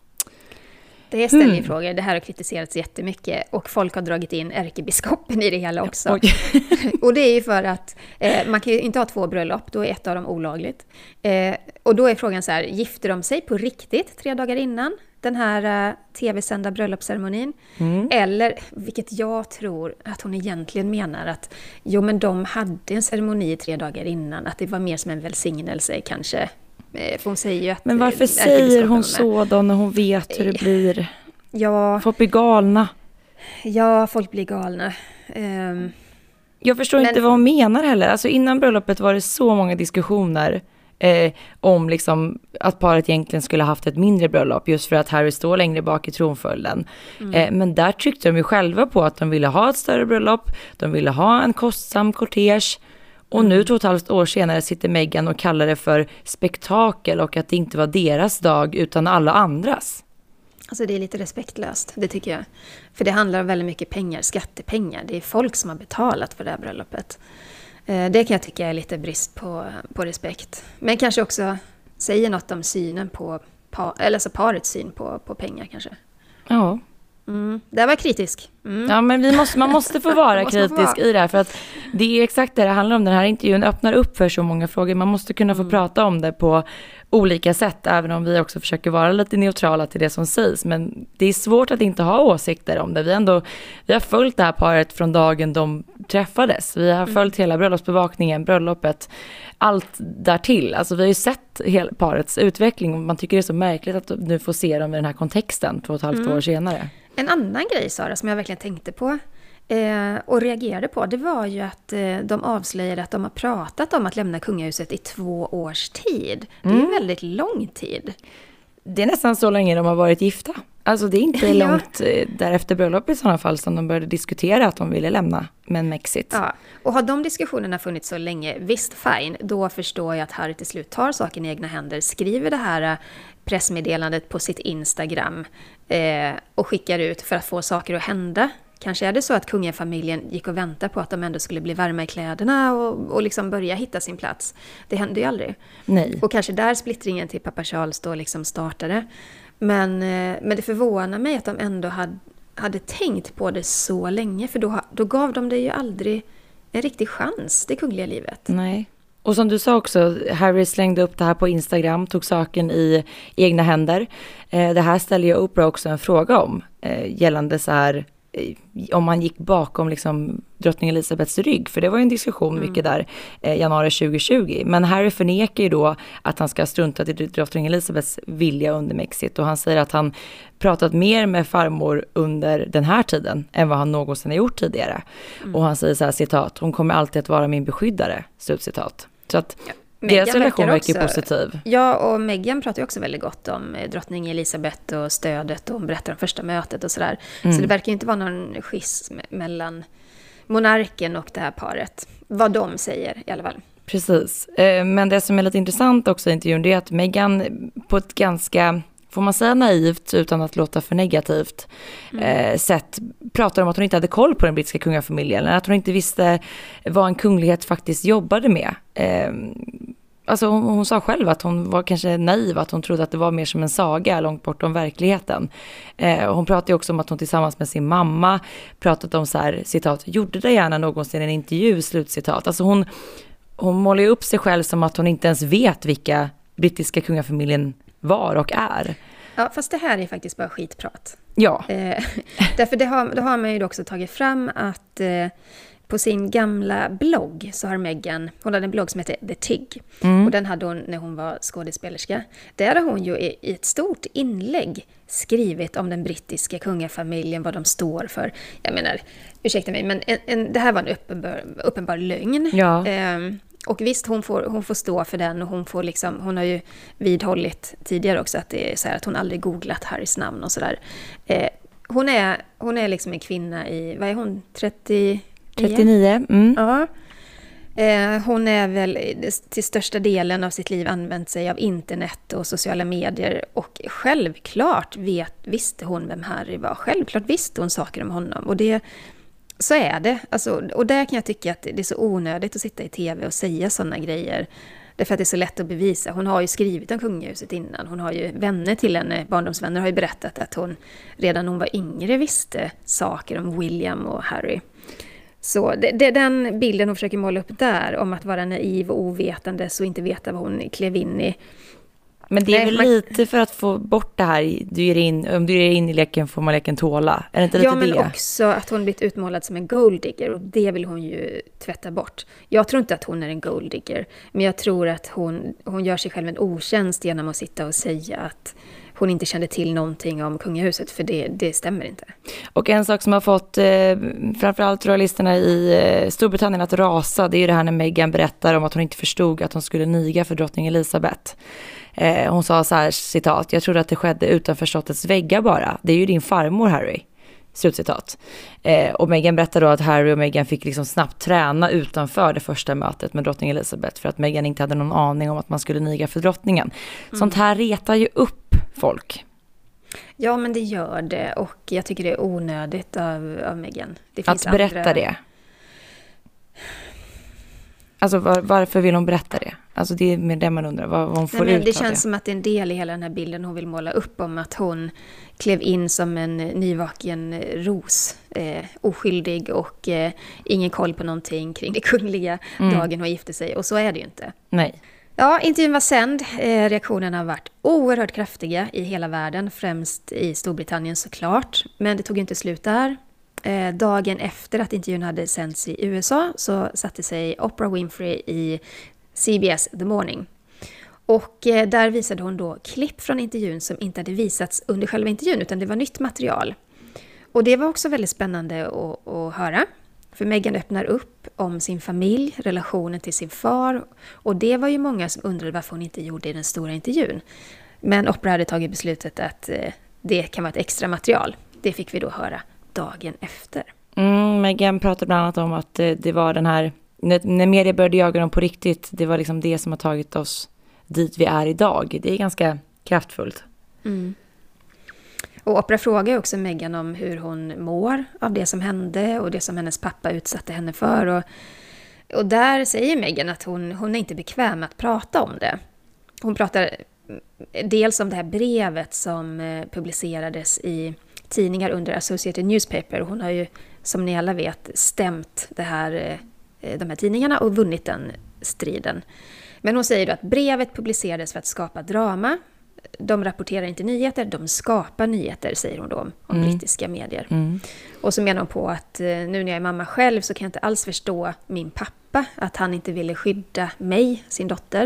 Det ställer ju Mm. frågor. Det här har kritiserats jättemycket och folk har dragit in ärkebiskopen i det hela också. Oj. Och det är ju för att eh, man kan ju inte ha två bröllop, då är ett av dem olagligt. Eh, och då är frågan så här, gifter de sig på riktigt tre dagar innan den här eh, tv-sända bröllopsceremonin? Mm. Eller, vilket jag tror att hon egentligen menar att jo men de hade en ceremoni tre dagar innan, att det var mer som en välsignelse kanske. För hon säger ju att Men varför säger hon så då när hon vet hur det blir? Ja, Folk blir galna. ja folk blir galna. Um, Jag förstår Men- inte vad hon menar heller. Alltså innan bröllopet var det så många diskussioner eh, om liksom att paret egentligen skulle ha haft ett mindre bröllop just för att Harry står längre bak i tronföljden. Mm. Eh, men där tryckte de ju själva på att de ville ha ett större bröllop. De ville ha en kostsam kortege. Och nu två och ett halvt år senare sitter Meghan och kallar det för spektakel och att det inte var deras dag utan alla andras. alltså det är lite respektlöst, det tycker jag. För det handlar om väldigt mycket pengar, skattepengar. Det är folk som har betalat för det här bröllopet. Eh, det kan jag tycka är lite brist på, på respekt. Men kanske också säger något om synen på, pa, eller alltså parets syn på, på pengar kanske. Ja. Mm. Det var kritisk. Mm. Ja, men vi måste, man måste få vara Måste man få kritisk vara. i det här för att det är exakt det det handlar om. Den här intervjun öppnar upp för så många frågor. Man måste kunna få prata om det på olika sätt, även om vi också försöker vara lite neutrala till det som sägs. Men det är svårt att inte ha åsikter om det. Vi, ändå, vi har följt det här paret från dagen de träffades. Vi har följt hela bröllopsbevakningen, bröllopet, allt därtill. Alltså vi har ju sett hela parets utveckling. Man tycker det är så märkligt att nu få se dem i den här kontexten två och ett halvt Mm. år senare. En annan grej, Sara, som jag verkligen tänkte på eh, och reagerade på, det var ju att eh, de avslöjade att de har pratat om att lämna kungahuset i två års tid. Det är ju väldigt lång tid. Det är nästan så länge de har varit gifta. Alltså det är inte Ja. långt eh, därefter bröllop i sådana fall som de började diskutera att de ville lämna med Mexit. Ja, och har de diskussionerna funnits så länge, visst fine, då förstår jag att Harry till slut tar saken i egna händer, skriver det här eh, pressmeddelandet på sitt Instagram eh, och skickar ut för att få saker att hända. Kanske är det så att kungafamiljen gick och väntade på att de ändå skulle bli varma i kläderna och, och liksom börja hitta sin plats. Det hände ju aldrig. Nej. Och kanske där splittringen till pappa Charles då liksom startade. Men, eh, men det förvånar mig att de ändå hade, hade tänkt på det så länge. För då, då gav de det ju aldrig en riktig chans, det kungliga livet. Nej. Och som du sa också, Harry slängde upp det här på Instagram, tog saken i egna händer. Eh, det här ställer jag Oprah också en fråga om, eh, gällande så här, eh, om man gick bakom liksom drottning Elizabeths rygg. För det var ju en diskussion mycket där eh, januari tjugo tjugo. Men Harry förnekar ju då att han ska strunta i drottning Elizabeths vilja under Mexit. Och han säger att han pratat mer med farmor under den här tiden än vad han någonsin har gjort tidigare. Mm. Och han säger så här, citat, hon kommer alltid att vara min beskyddare, slutcitat. Så att Ja. deras Meghan relation verkar verkar också- positiv. Ja, och Meghan pratar ju också väldigt gott om eh, drottning Elizabeth och stödet, och hon berättar om första mötet och sådär. Så det verkar ju inte vara någon schism mellan monarken och det här paret. Vad de säger i alla fall. Precis. Eh, Men det som är lite intressant också i intervjun det är att Meghan på ett ganska, får man säga naivt utan att låta för negativt, eh, sätt pratar om att hon inte hade koll på den brittiska kungafamiljen. Eller att hon inte visste vad en kunglighet faktiskt jobbade med. Eh, Alltså hon, hon sa själv att hon var kanske naiv, att hon trodde att det var mer som en saga långt bortom verkligheten. Eh, hon pratade också om att hon tillsammans med sin mamma pratat om så här, citat, gjorde det gärna någonsin en intervju, slutcitat. Alltså hon, hon målar ju upp sig själv som att hon inte ens vet vilka brittiska kungafamiljen var och är. Ja, fast det här är faktiskt bara skitprat. Ja. Eh, därför det har, då har man ju också tagit fram att eh, på sin gamla blogg så har Meghan, hon hade en blogg som heter The Tig. Mm. Och den hade hon när hon var skådespelerska. Där har hon ju i, i ett stort inlägg skrivit om den brittiska kungafamiljen, vad de står för. Jag menar, ursäkta mig, men en, en, det här var en uppenbar, uppenbar lögn. Ja. Eh, och visst, hon får, hon får stå för den, och hon får liksom, hon har ju vidhållit tidigare också att det är så här att hon aldrig googlat Harrys namn och sådär. Eh, hon är, hon är liksom en kvinna i, vad är hon, trettio trettionio. Mm. Ja. Eh, hon är väl till största delen av sitt liv använt sig av internet och sociala medier, och självklart vet, visste hon vem Harry var. Självklart visste hon saker om honom, och det, så är det. Alltså, och där kan jag tycka att det är så onödigt att sitta i tv och säga sådana grejer. Därför att det är så lätt att bevisa. Hon har ju skrivit om kungahuset innan. Hon har ju vänner till henne, barndomsvänner har ju berättat att hon redan när hon var yngre visste saker om William och Harry. Så det, det är den bilden hon försöker måla upp där, om att vara naiv och ovetande så inte veta vad hon klev in i. Men det är väl lite för att få bort det här, du ger in, om du ger in i leken får man leken tåla. Är det inte lite ja, men det? också att hon blivit utmålad som en golddigger, och det vill hon ju tvätta bort. Jag tror inte att hon är en golddigger, men jag tror att hon, hon gör sig själv en otjänst genom att sitta och säga att hon inte kände till någonting om kungahuset, för det, det stämmer inte. Och en sak som har fått eh, framförallt royalisterna i eh, Storbritannien att rasa, det är ju det här när Meghan berättar om att hon inte förstod att hon skulle niga för drottning Elizabeth. Eh, hon sa så här, citat, jag trodde att det skedde utanför slottets väggar bara. Det är ju din farmor, Harry. Slutcitat. Eh, och Meghan berättar då att Harry och Meghan fick liksom snabbt träna utanför det första mötet med drottning Elizabeth för att Meghan inte hade någon aning om att man skulle niga för drottningen. Mm. Sånt här retar ju upp folk. Ja, men det gör det, och jag tycker det är onödigt av, av Meghan. Det finns att berätta andra... det. Alltså var, varför vill hon berätta det? Alltså det är med det man undrar, vad, vad hon får Nej, men ut det av känns det. som att det är en del i hela den här bilden hon vill måla upp om att hon klev in som en nyvaken ros, eh, oskyldig och eh, ingen koll på någonting kring det kungliga mm. dagen hon gifte sig, och så är det ju inte. Nej. Ja, intervjun var sänd. Eh, reaktionerna har varit oerhört kraftiga i hela världen, främst i Storbritannien såklart, men det tog inte slut där. Eh, dagen efter att intervjun hade sänds i U S A så satte sig Oprah Winfrey i C B S The Morning. Och eh, där visade hon då klipp från intervjun som inte hade visats under själva intervjun, utan det var nytt material. Och det var också väldigt spännande att, att höra. För Meghan öppnar upp om sin familj, relationen till sin far. Och det var ju många som undrade varför hon inte gjorde den stora intervjun. Men Oprah hade tagit beslutet att eh, det kan vara ett extra material. Det fick vi då höra dagen efter. Mm, Meghan pratade bland annat om att det, det var den här, när, när media började jaga dem på riktigt, det var liksom det som har tagit oss dit vi är idag. Det är ganska kraftfullt. Mm. Och Oprah frågar också Meghan om hur hon mår av det som hände och det som hennes pappa utsatte henne för. Och, och där säger Meghan att hon, hon är inte bekväm med att prata om det. Hon pratar dels om det här brevet som publicerades i tidningar under Associated Newspaper. Hon har ju, som ni alla vet, stämt det här, de här tidningarna och vunnit den striden. Men hon säger då att brevet publicerades för att skapa drama. De rapporterar inte nyheter, de skapar nyheter, säger hon då om, om mm. brittiska medier. Mm. Och så menar hon på att nu när jag är mamma själv så kan jag inte alls förstå min pappa, att han inte ville skydda mig, sin dotter.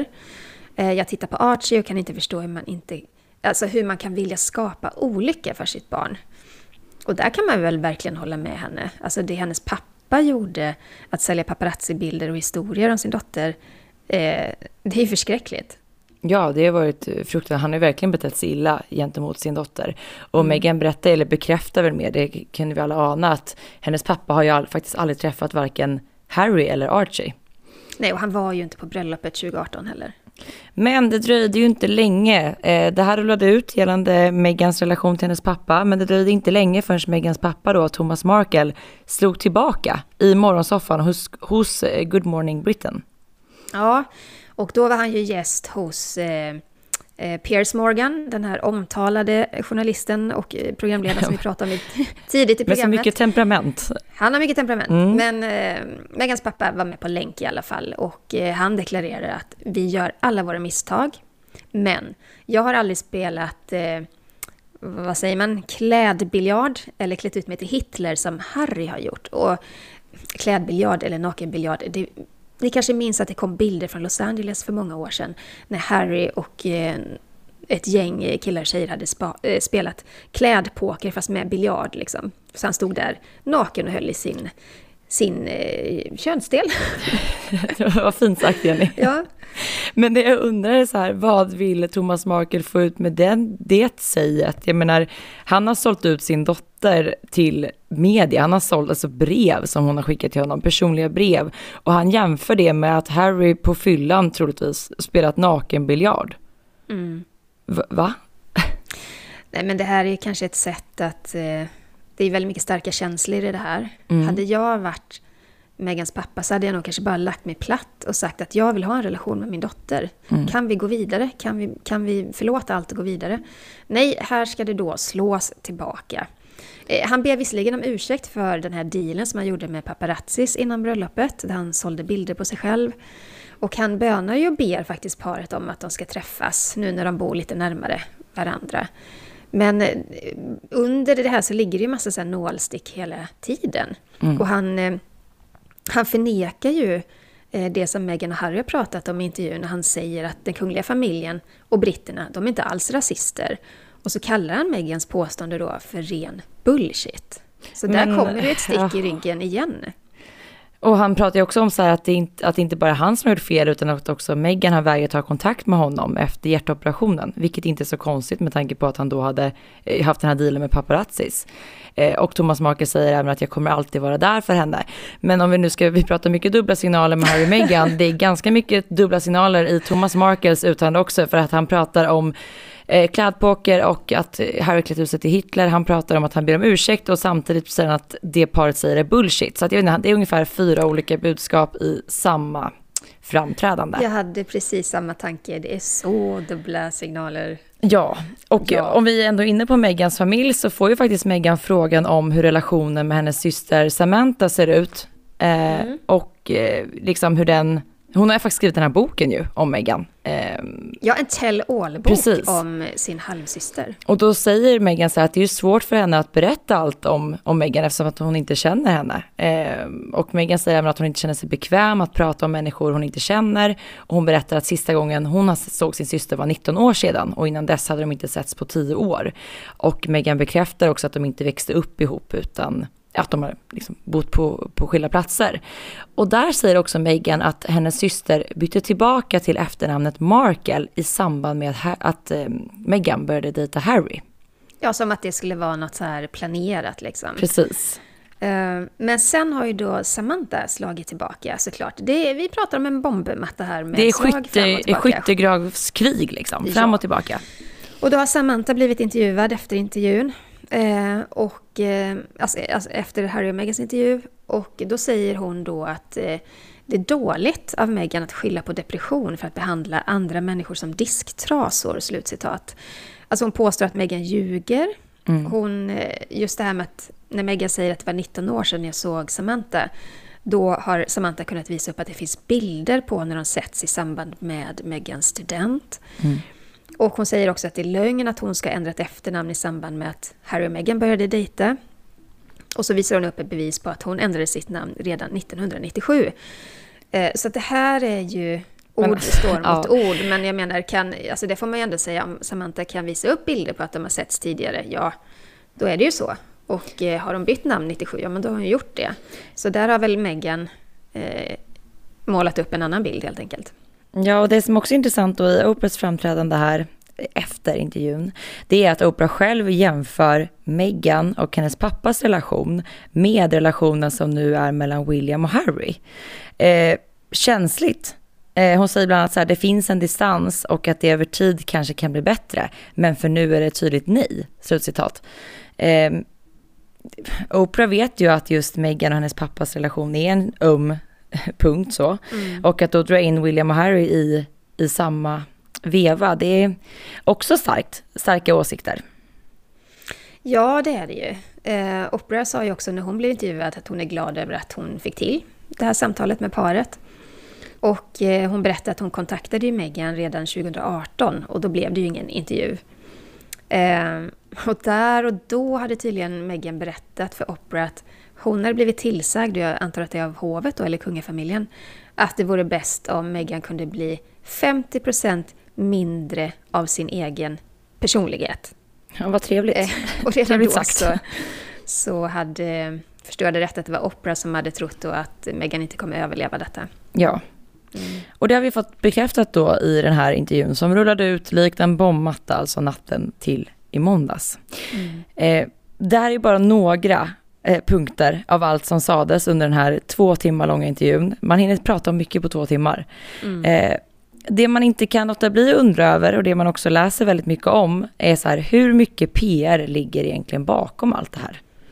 Jag tittar på Archie och kan inte förstå hur man inte, alltså hur man kan vilja skapa olycka för sitt barn. Och där kan man väl verkligen hålla med henne. Alltså det hennes pappa gjorde, att sälja paparazzi-bilder och historier om sin dotter, eh, det är förskräckligt. Ja, det har varit fruktansvärt. Han har verkligen betett sig illa gentemot sin dotter. Och mm. Meghan berättar, eller bekräftar väl med, det kunde vi alla ana, att hennes pappa har ju all, faktiskt aldrig träffat varken Harry eller Archie. Nej, och han var ju inte på bröllopet tjugo arton heller. Men det dröjde ju inte länge. Det här rullade ut gällande Meghans relation till hennes pappa, men det dröjde inte länge förrän Meghans pappa då, Thomas Markle, slog tillbaka i morgonsoffan hos, hos Good Morning Britain. Ja, och då var han ju gäst hos eh, eh, Piers Morgan, den här omtalade journalisten och programledaren som vi pratade om tidigt i programmet. Med så mycket temperament. Han har mycket temperament, mm. men eh, Meghans pappa var med på länk i alla fall, och eh, han deklarerar att vi gör alla våra misstag, men jag har aldrig spelat, eh, vad säger man, klädbiljard eller klätt ut mig till Hitler som Harry har gjort. Och klädbiljard eller nakenbiljard, det Ni kanske minns att det kom bilder från Los Angeles för många år sedan när Harry och eh, ett gäng killar och tjejer hade spa, eh, spelat klädpoker fast med biljard liksom. Så han stod där naken och höll i sin, sin eh, könsdel. Vad fint sagt, Jenny. Ja. Men det jag undrar är så här, vad vill Thomas Markle få ut med den, det säget? Jag menar, han har sålt ut sin dotter till media. Han har sålt alltså brev som hon har skickat till honom, personliga brev. Och han jämför det med att Harry på fyllan troligtvis spelat nakenbiljard. Mm. Va? Va? Nej, men det här är kanske ett sätt att... Eh, det är väldigt mycket starka känslor i det här. Mm. Hade jag varit Megans pappa så hade jag nog kanske bara lagt mig platt och sagt att jag vill ha en relation med min dotter. Mm. Kan vi gå vidare? Kan vi, kan vi förlåta allt och gå vidare? Nej, här ska det då slås tillbaka. Eh, han ber visserligen om ursäkt för den här dealen som han gjorde med paparazzis innan bröllopet, där han sålde bilder på sig själv. Och han bönar ju och ber faktiskt paret om att de ska träffas nu när de bor lite närmare varandra. Men eh, under det här så ligger det ju massa så här nålstick hela tiden. Mm. Och han... Eh, Han förnekar ju det som Meghan och Harry har pratat om i intervjun när han säger att den kungliga familjen och britterna, de är inte alls rasister. Och så kallar han Meghans påstående då för ren bullshit. Så där Men, kommer det ett stick ja. i ryggen igen. Och han pratar ju också om så här att, det inte, att det inte bara är han som har gjort fel utan att också Meghan har vägrat ta kontakt med honom efter hjärtoperationen. Vilket inte är så konstigt med tanke på att han då hade haft den här dealen med paparazzis. Och Thomas Markle säger även att jag kommer alltid vara där för henne. Men om vi nu ska vi prata mycket dubbla signaler med Harry och Meghan. Det är ganska mycket dubbla signaler i Thomas Markles uttalande också. För att han pratar om eh, klädpoker och att Harry klätt ut sig till Hitler. Han pratar om att han ber om ursäkt och samtidigt säger att det paret säger är bullshit. Så att jag vet inte, det är ungefär fyra olika budskap i samma framträdande. Jag hade precis samma tanke. Det är så dubbla signaler. Ja, och ja. om vi är ändå inne på Meghans familj så får ju faktiskt Meghan frågan om hur relationen med hennes syster Samantha ser ut. Eh, mm. Och eh, liksom hur den... Hon har faktiskt skrivit den här boken ju om Meghan. Eh, ja, en tell-all-bok om sin halvsyster. Och då säger Meghan så här att det är svårt för henne att berätta allt om, om Meghan eftersom att hon inte känner henne. Eh, och Meghan säger även att hon inte känner sig bekväm att prata om människor hon inte känner. Och hon berättar att sista gången hon såg sin syster var nitton år sedan. Och innan dess hade de inte setts på tio år. Och Meghan bekräftar också att de inte växte upp ihop utan... att de har liksom bott på, på skilda platser. Och där säger också Meghan att hennes syster bytte tillbaka till efternamnet Markle i samband med att, att eh, Meghan började dejta Harry. Ja, som att det skulle vara något så här planerat liksom. Precis. Uh, men sen har ju då Samantha slagit tillbaka såklart. Det är, vi pratar om en bombmatta här med det är slag skytte, fram och tillbaka. skyttegravskrig liksom, fram och tillbaka. Och då har Samantha blivit intervjuad efter intervjun. Eh, och eh, alltså, alltså efter Harry och Meghans intervju och då säger hon då att eh, det är dåligt av Meghan att skylla på depression för att behandla andra människor som disktrasor, slutcitat. Alltså hon påstår att Meghan ljuger. Mm. Hon, eh, just det här med att när Meghan säger att det var nitton år sedan jag såg Samantha, då har Samantha kunnat visa upp att det finns bilder på när de sätts i samband med Meghans student. Mm. Och hon säger också att det är lögn att hon ska ändra ett efternamn i samband med att Harry och Meghan började dejta. Och så visar hon upp ett bevis på att hon ändrade sitt namn redan nittonhundranittiosju. Eh, så att det här är ju ord men, står ja. mot ord. Men jag menar, kan, alltså det får man ju ändå säga, om Samantha kan visa upp bilder på att de har setts tidigare, ja, då är det ju så. Och eh, har de bytt namn nittiosju, ja men då har hon gjort det. Så där har väl Meghan eh, målat upp en annan bild helt enkelt. Ja, och det som också är intressant då i Oprahs framträdande här efter intervjun, det är att Oprah själv jämför Meghan och hennes pappas relation med relationen som nu är mellan William och Harry. Eh, känsligt. Eh, hon säger bland annat så här, det finns en distans och att det över tid kanske kan bli bättre, men för nu är det tydligt nej. Slutcitat. Eh, Oprah vet ju att just Meghan och hennes pappas relation är en um punkt så. Mm. Och att då dra in William och Harry i, i samma veva, det är också starkt, starka åsikter. Ja, det är det ju. Eh, Oprah sa ju också när hon blev intervjuad att hon är glad över att hon fick till det här samtalet med paret. Och eh, hon berättade att hon kontaktade ju Meghan redan tjugoarton och då blev det ju ingen intervju. Eh, och där och då hade tydligen Meghan berättat för Oprah att hon hade blivit tillsagd, jag antar att det är av hovet då, eller kungafamiljen, att det vore bäst om Meghan kunde bli femtio procent mindre av sin egen personlighet. Ja, vad trevligt. Eh, och redan då så, så hade, förstod jag det rätt, att det var Oprah som hade trott då att Meghan inte kommer överleva detta. Ja. Mm. Och det har vi fått bekräftat då i den här intervjun som rullade ut likt en bombmatta, alltså natten till i måndags. Mm. Eh, det här är bara några eh, punkter av allt som sades under den här två timmar långa intervjun. Man hinner prata om mycket på två timmar. Mm. Eh, det man inte kan låta bli undra över och det man också läser väldigt mycket om är så här, hur mycket P R ligger egentligen bakom allt det här?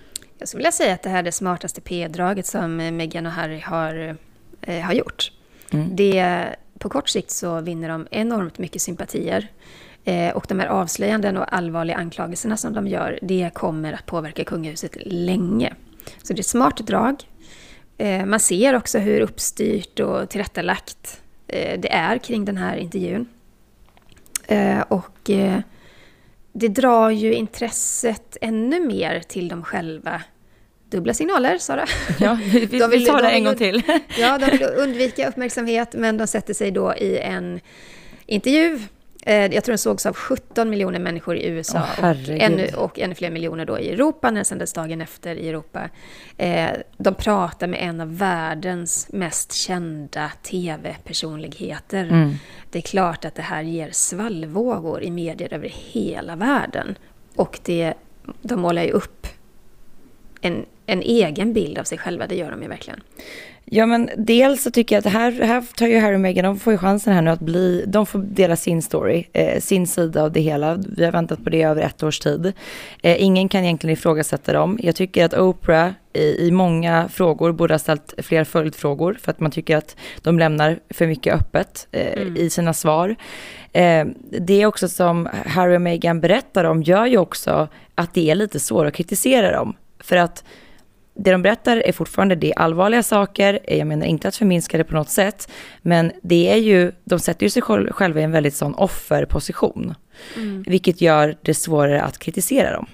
Jag skulle vilja säga att det här är det smartaste P R-draget som Meghan och Harry har, eh, har gjort. Mm. Det, på kort sikt så vinner de enormt mycket sympatier. Eh, och de här avslöjanden och allvarliga anklagelserna som de gör, det kommer att påverka kungahuset länge. Så det är ett smart drag. Eh, man ser också hur uppstyrt och tillrättalagt eh, det är kring den här intervjun. Eh, och eh, det drar ju intresset ännu mer till dem själva. Dubbla signaler, Sara. Ja, vi, vi, de vill, vi tar det de en gång till. Ja, de vill undvika uppmärksamhet, men de sätter sig då i en intervju. Jag tror den sågs av sjutton miljoner människor i U S A oh, och, ännu, och ännu fler miljoner då i Europa, när det sändes dagen efter i Europa. De pratar med en av världens mest kända tv-personligheter. Mm. Det är klart att det här ger svallvågor i medier över hela världen. Och det, de målar ju upp en, en egen bild av sig själva, det gör de ju verkligen. Ja, men dels så tycker jag att här, här tar ju Harry och Meghan, de får ju chansen här nu att bli, de får dela sin story, eh, sin sida av det hela. Vi har väntat på det över ett års tid. Eh, ingen kan egentligen ifrågasätta dem. Jag tycker att Oprah i, i många frågor borde ha ställt fler följdfrågor, för att man tycker att de lämnar för mycket öppet eh, mm. i sina svar. Eh, det också som Harry och Meghan berättar om gör ju också att det är lite svårt att kritisera dem. För att det de berättar är fortfarande det allvarliga saker. Jag menar inte att förminska det på något sätt. Men det är ju, de sätter ju sig själva i en väldigt sån offerposition. Mm. Vilket gör det svårare att kritisera dem.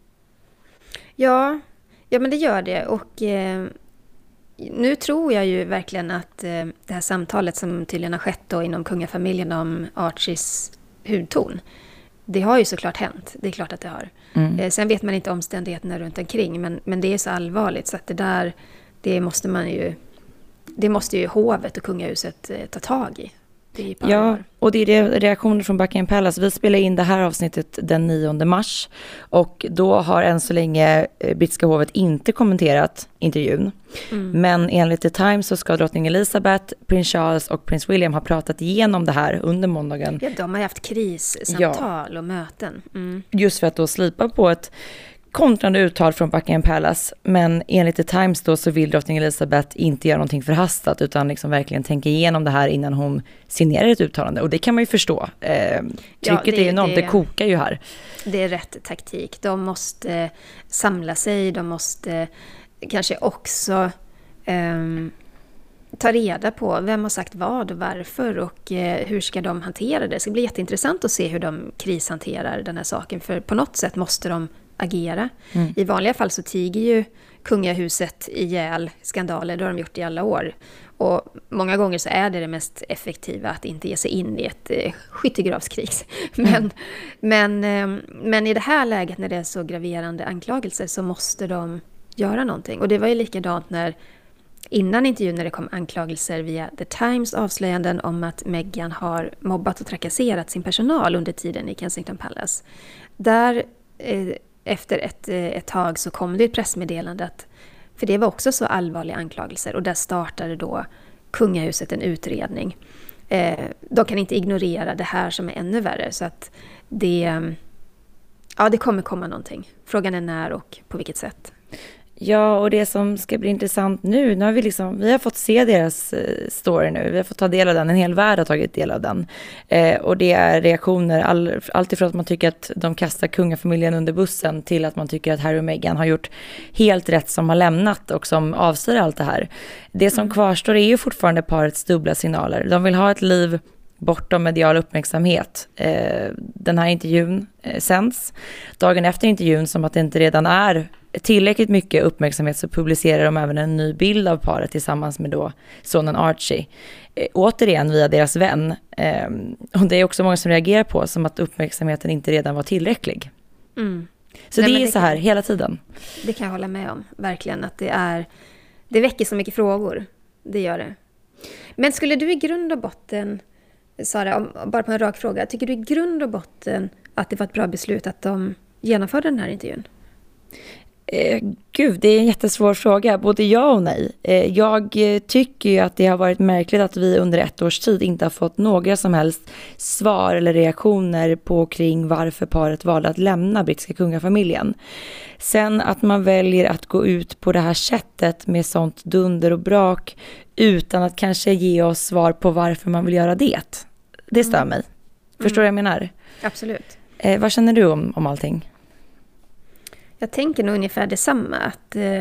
Ja, ja men det gör det. Och eh, nu tror jag ju verkligen att eh, det här samtalet som tydligen har skett då inom kungafamiljen om Archies hudton. Det har ju såklart hänt. Det är klart att det har. Mm. Eh, sen vet man inte omständigheterna runt omkring. Men, men det är så allvarligt så att det där, det måste man ju, det måste ju hovet och kungahuset eh, ta tag i. Det är ja, och det är reaktioner från Buckingham Palace. Vi spelar in det här avsnittet den nionde mars. Och då har än så länge brittiska hovet inte kommenterat intervjun. Mm. Men enligt The Times så ska drottning Elizabeth, prins Charles och prins William ha pratat igenom det här under måndagen. Ja, de har haft krissamtal ja. och möten. Mm. Just för att då slipa på ett kontrande uttal från Buckingham Palace, men enligt The Times då så vill drottning Elizabeth inte göra någonting förhastat utan liksom verkligen tänka igenom det här innan hon signerar ett uttalande. Och det kan man ju förstå. Eh, trycket ja, det, är enormt, det, det kokar ju här. Det är rätt taktik. De måste samla sig, de måste kanske också eh, ta reda på vem har sagt vad och varför och eh, hur ska de hantera det. Det ska bli jätteintressant att se hur de krishanterar den här saken, för på något sätt måste de agera. Mm. I vanliga fall så tiger ju kungahuset ihjäl skandaler, det har de gjort i alla år. Och många gånger så är det det mest effektiva att inte ge sig in i ett eh, skyttegravskrig. Men, mm. men, eh, men i det här läget när det är så graverande anklagelser så måste de göra någonting. Och det var ju likadant när innan intervjun när det kom anklagelser via The Times avslöjanden om att Meghan har mobbat och trakasserat sin personal under tiden i Kensington Palace. Där eh, efter ett, ett tag så kom det ett pressmeddelande att, för det var också så allvarliga anklagelser, och där startade då kungahuset en utredning. Eh, de kan inte ignorera det här som är ännu värre, så att det, ja, det kommer komma någonting. Frågan är när och på vilket sätt. Ja, och det som ska bli intressant nu, nu har vi, liksom, vi har fått se deras eh, story nu, vi har fått ta del av den, en hel värld har tagit del av den. Eh, och det är reaktioner, all, allt ifrån att man tycker att de kastar kungafamiljen under bussen till att man tycker att Harry och Meghan har gjort helt rätt som har lämnat och som avslöjar allt det här. Det som kvarstår är ju fortfarande parets dubbla signaler. De vill ha ett liv bortom medial uppmärksamhet. Eh, den här intervjun eh, sänds. Dagen efter intervjun, som att det inte redan är tillräckligt mycket uppmärksamhet, så publicerar de även en ny bild av paret tillsammans med då sonen Archie. Eh, återigen via deras vän. Eh, och det är också många som reagerar på som att uppmärksamheten inte redan var tillräcklig. Mm. Så Nej, det är det så här kan, hela tiden. Det kan jag hålla med om. Verkligen att det är, det väcker så mycket frågor. Det gör det. Men skulle du i grund och botten, Sara, om, bara på en rak fråga, tycker du i grund och botten att det var ett bra beslut att de genomförde den här intervjun? Eh, gud, det är en jättesvår fråga. Både ja och nej. Eh, jag tycker ju att det har varit märkligt att vi under ett års tid inte har fått några som helst svar eller reaktioner på kring varför paret valde att lämna brittiska kungafamiljen. Sen att man väljer att gå ut på det här sättet med sånt dunder och brak utan att kanske ge oss svar på varför man vill göra det. Det stör mm. mig. Förstår du mm. vad jag menar? Absolut. Eh, vad känner du om, om allting? Jag tänker nog ungefär detsamma. Att, eh,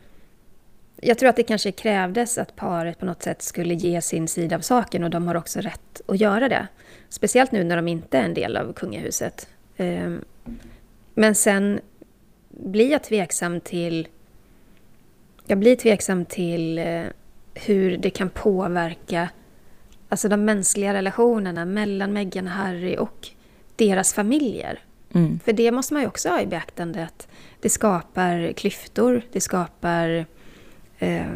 jag tror att det kanske krävdes att paret på något sätt skulle ge sin sida av saken, och de har också rätt att göra det. Speciellt nu när de inte är en del av kungahuset. Eh, men sen blir jag tveksam till, jag blir tveksam till eh, hur det kan påverka alltså de mänskliga relationerna mellan Meghan och Harry och deras familjer. Mm. För det måste man ju också ha i beaktande, att det skapar klyftor, det skapar eh,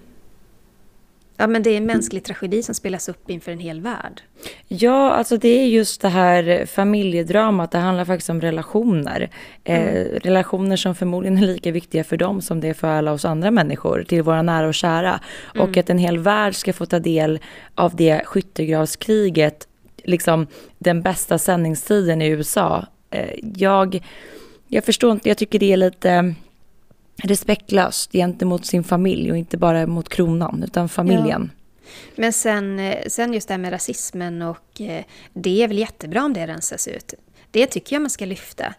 ja, men det är en mänsklig tragedi som spelas upp inför en hel värld. Ja, alltså det är just det här familjedramat, det handlar faktiskt om relationer. Mm. Eh, relationer som förmodligen är lika viktiga för dem som det är för alla oss andra människor, till våra nära och kära. Mm. Och att en hel värld ska få ta del av det skyttegravskriget, liksom den bästa sändningstiden i U S A. Jag, jag förstår inte, jag tycker det är lite respektlöst gentemot sin familj och inte bara mot kronan utan familjen. Ja. Men sen, sen just det här med rasismen, och det är väl jättebra om det rensas ut. Det tycker jag man ska lyfta.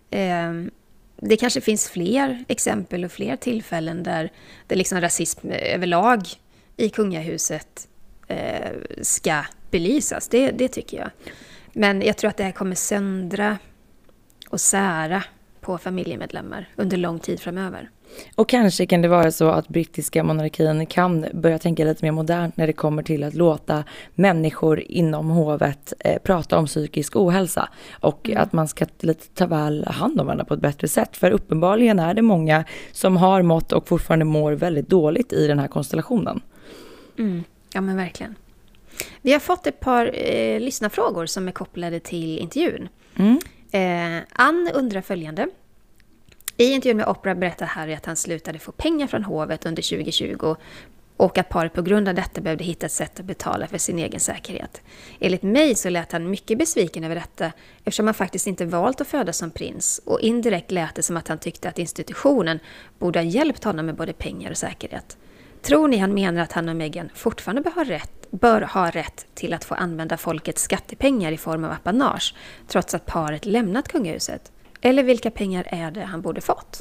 Det kanske finns fler exempel och fler tillfällen där det liksom rasism överlag i kungahuset ska belysas. Det, det tycker jag. Men jag tror att det här kommer söndra och sära på familjemedlemmar under lång tid framöver. Och kanske kan det vara så att brittiska monarkin kan börja tänka lite mer modernt när det kommer till att låta människor inom hovet eh, prata om psykisk ohälsa. Och mm. att man ska lite ta väl hand om varandra på ett bättre sätt. För uppenbarligen är det många som har mått och fortfarande mår väldigt dåligt i den här konstellationen. Mm. Ja, men verkligen. Vi har fått ett par eh, lyssnarfrågor som är kopplade till intervjun. Mm. Eh, Ann undrar följande. I intervjun med Oprah berättar Harry att han slutade få pengar från hovet under tjugo tjugo och att paret på grund av detta behövde hitta ett sätt att betala för sin egen säkerhet. Enligt mig så lät han mycket besviken över detta, eftersom han faktiskt inte valt att födas som prins, och indirekt lät det som att han tyckte att institutionen borde ha hjälpt honom med både pengar och säkerhet. Tror ni han menar att han och Meghan fortfarande bör ha rätt, bör ha rätt till att få använda folkets skattepengar i form av apanage, trots att paret lämnat kungahuset? Eller vilka pengar är det han borde fått?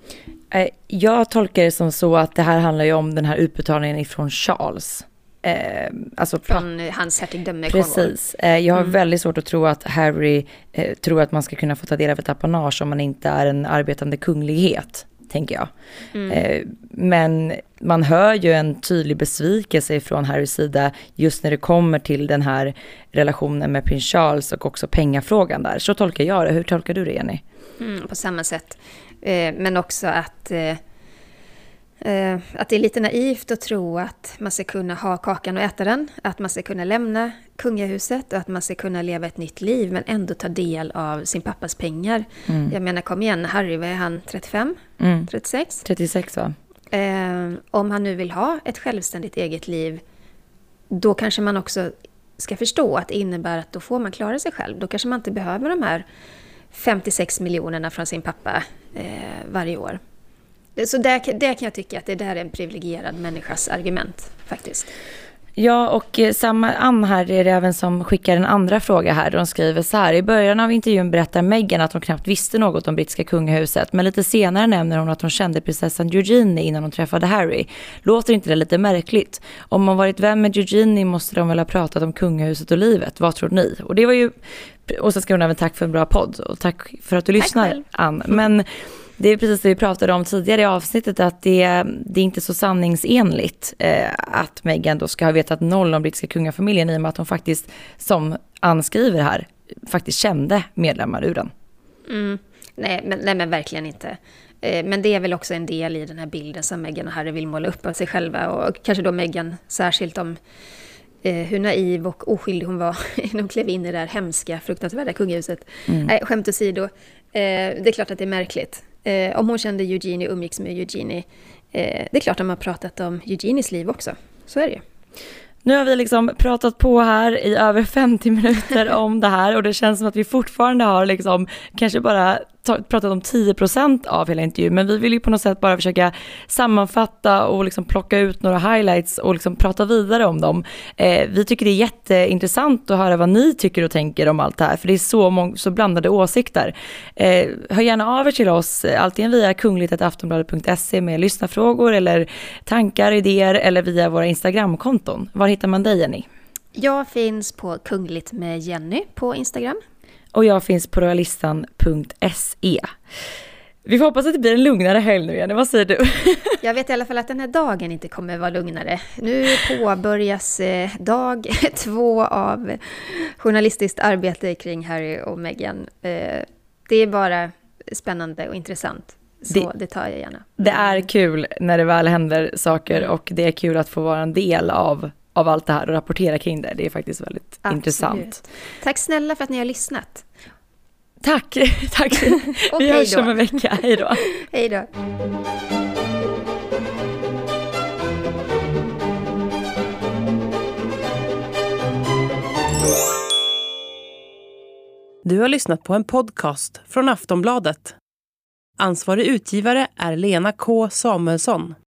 Jag tolkar det som så att det här handlar ju om den här utbetalningen ifrån Charles. Eh, alltså från hans hertigdöme. Precis. Eh, jag har mm. väldigt svårt att tro att Harry eh, tror att man ska kunna få ta del av ett apanage om man inte är en arbetande kunglighet, tänker jag. Mm. Eh, men man hör ju en tydlig besvikelse från Harrys sida just när det kommer till den här relationen med prins Charles och också pengafrågan där. Så tolkar jag det. Hur tolkar du det, Jenny? Mm, på samma sätt. Eh, men också att, eh, eh, att det är lite naivt att tro att man ska kunna ha kakan och äta den. Att man ska kunna lämna kungahuset och att man ska kunna leva ett nytt liv men ändå ta del av sin pappas pengar. Mm. Jag menar, kom igen, Harry, vad är han? trettiofem? Mm. trettiosex? trettiosex, va? Eh, om han nu vill ha ett självständigt eget liv, då kanske man också ska förstå att det innebär att då får man klara sig själv. Då kanske man inte behöver de här femtiosex miljonerna från sin pappa eh, varje år. Så där, där kan jag tycka att det där är en privilegierad människas argument faktiskt. Ja, och samma Ann här är det även som skickar en andra fråga här. De skriver så här: i början av intervjun berättar Meghan att hon knappt visste något om brittiska kungahuset, men lite senare nämner hon att hon kände prinsessan Eugenie innan hon träffade Harry. Låter inte det lite märkligt? Om man varit vän med Eugenie måste de väl ha pratat om kungahuset och livet. Vad tror ni? Och det var ju, och så ska hon även tack för en bra podd och tack för att du tack lyssnar, själv. Ann. Men det är precis det vi pratade om tidigare i avsnittet, att det, det är inte så sanningsenligt eh, att Meghan då ska ha vetat noll om brittiska kungafamiljen, i och med att hon faktiskt, som Ann skriver här, faktiskt kände medlemmar ur den. Mm. Nej, men, nej, men verkligen inte. Eh, men det är väl också en del i den här bilden som Meghan och Harry vill måla upp av sig själva, och kanske då Meghan särskilt om eh, hur naiv och oskyldig hon var när hon klev in i det där hemska, fruktansvärda kungahuset. Mm. Nej, skämt åsido. Eh, det är klart att det är märkligt. Eh, om hon kände Eugenie och umgicks med Eugenie. Eh, det är klart att man har pratat om Eugenies liv också. Så är det ju. Nu har vi liksom pratat på här i över femtio minuter om det här och det känns som att vi fortfarande har liksom kanske bara ta- pratat om tio procent av hela intervjun, men vi vill ju på något sätt bara försöka sammanfatta och liksom plocka ut några highlights och liksom prata vidare om dem. Eh, vi tycker det är jätteintressant att höra vad ni tycker och tänker om allt det här, för det är så, mång- så blandade åsikter. Eh, hör gärna av er till oss, antingen via kungligt snabel-a aftonbladet punkt se med lyssnarfrågor eller tankar, idéer, eller via våra Instagramkonton. Var hittar man dig, Jenny? Jag finns på Kungligt med Jenny på Instagram. Och jag finns på royalistan punkt se. Vi får hoppas att det blir en lugnare helg nu, Jenny. Vad säger du? Jag vet i alla fall att den här dagen inte kommer vara lugnare. Nu påbörjas eh, dag två av journalistiskt arbete kring Harry och Meghan. Eh, det är bara spännande och intressant. Så det, det tar jag gärna. Det är kul när det väl händer saker och det är kul att få vara en del av, av allt det här och rapportera kring det. Det är faktiskt väldigt Absolut. intressant. Tack snälla för att ni har lyssnat. Tack, tack. Vi hörs om en vecka. Hej då. Hej då. Du har lyssnat på en podcast från Aftonbladet. Ansvarig utgivare är Lena K. Samuelsson.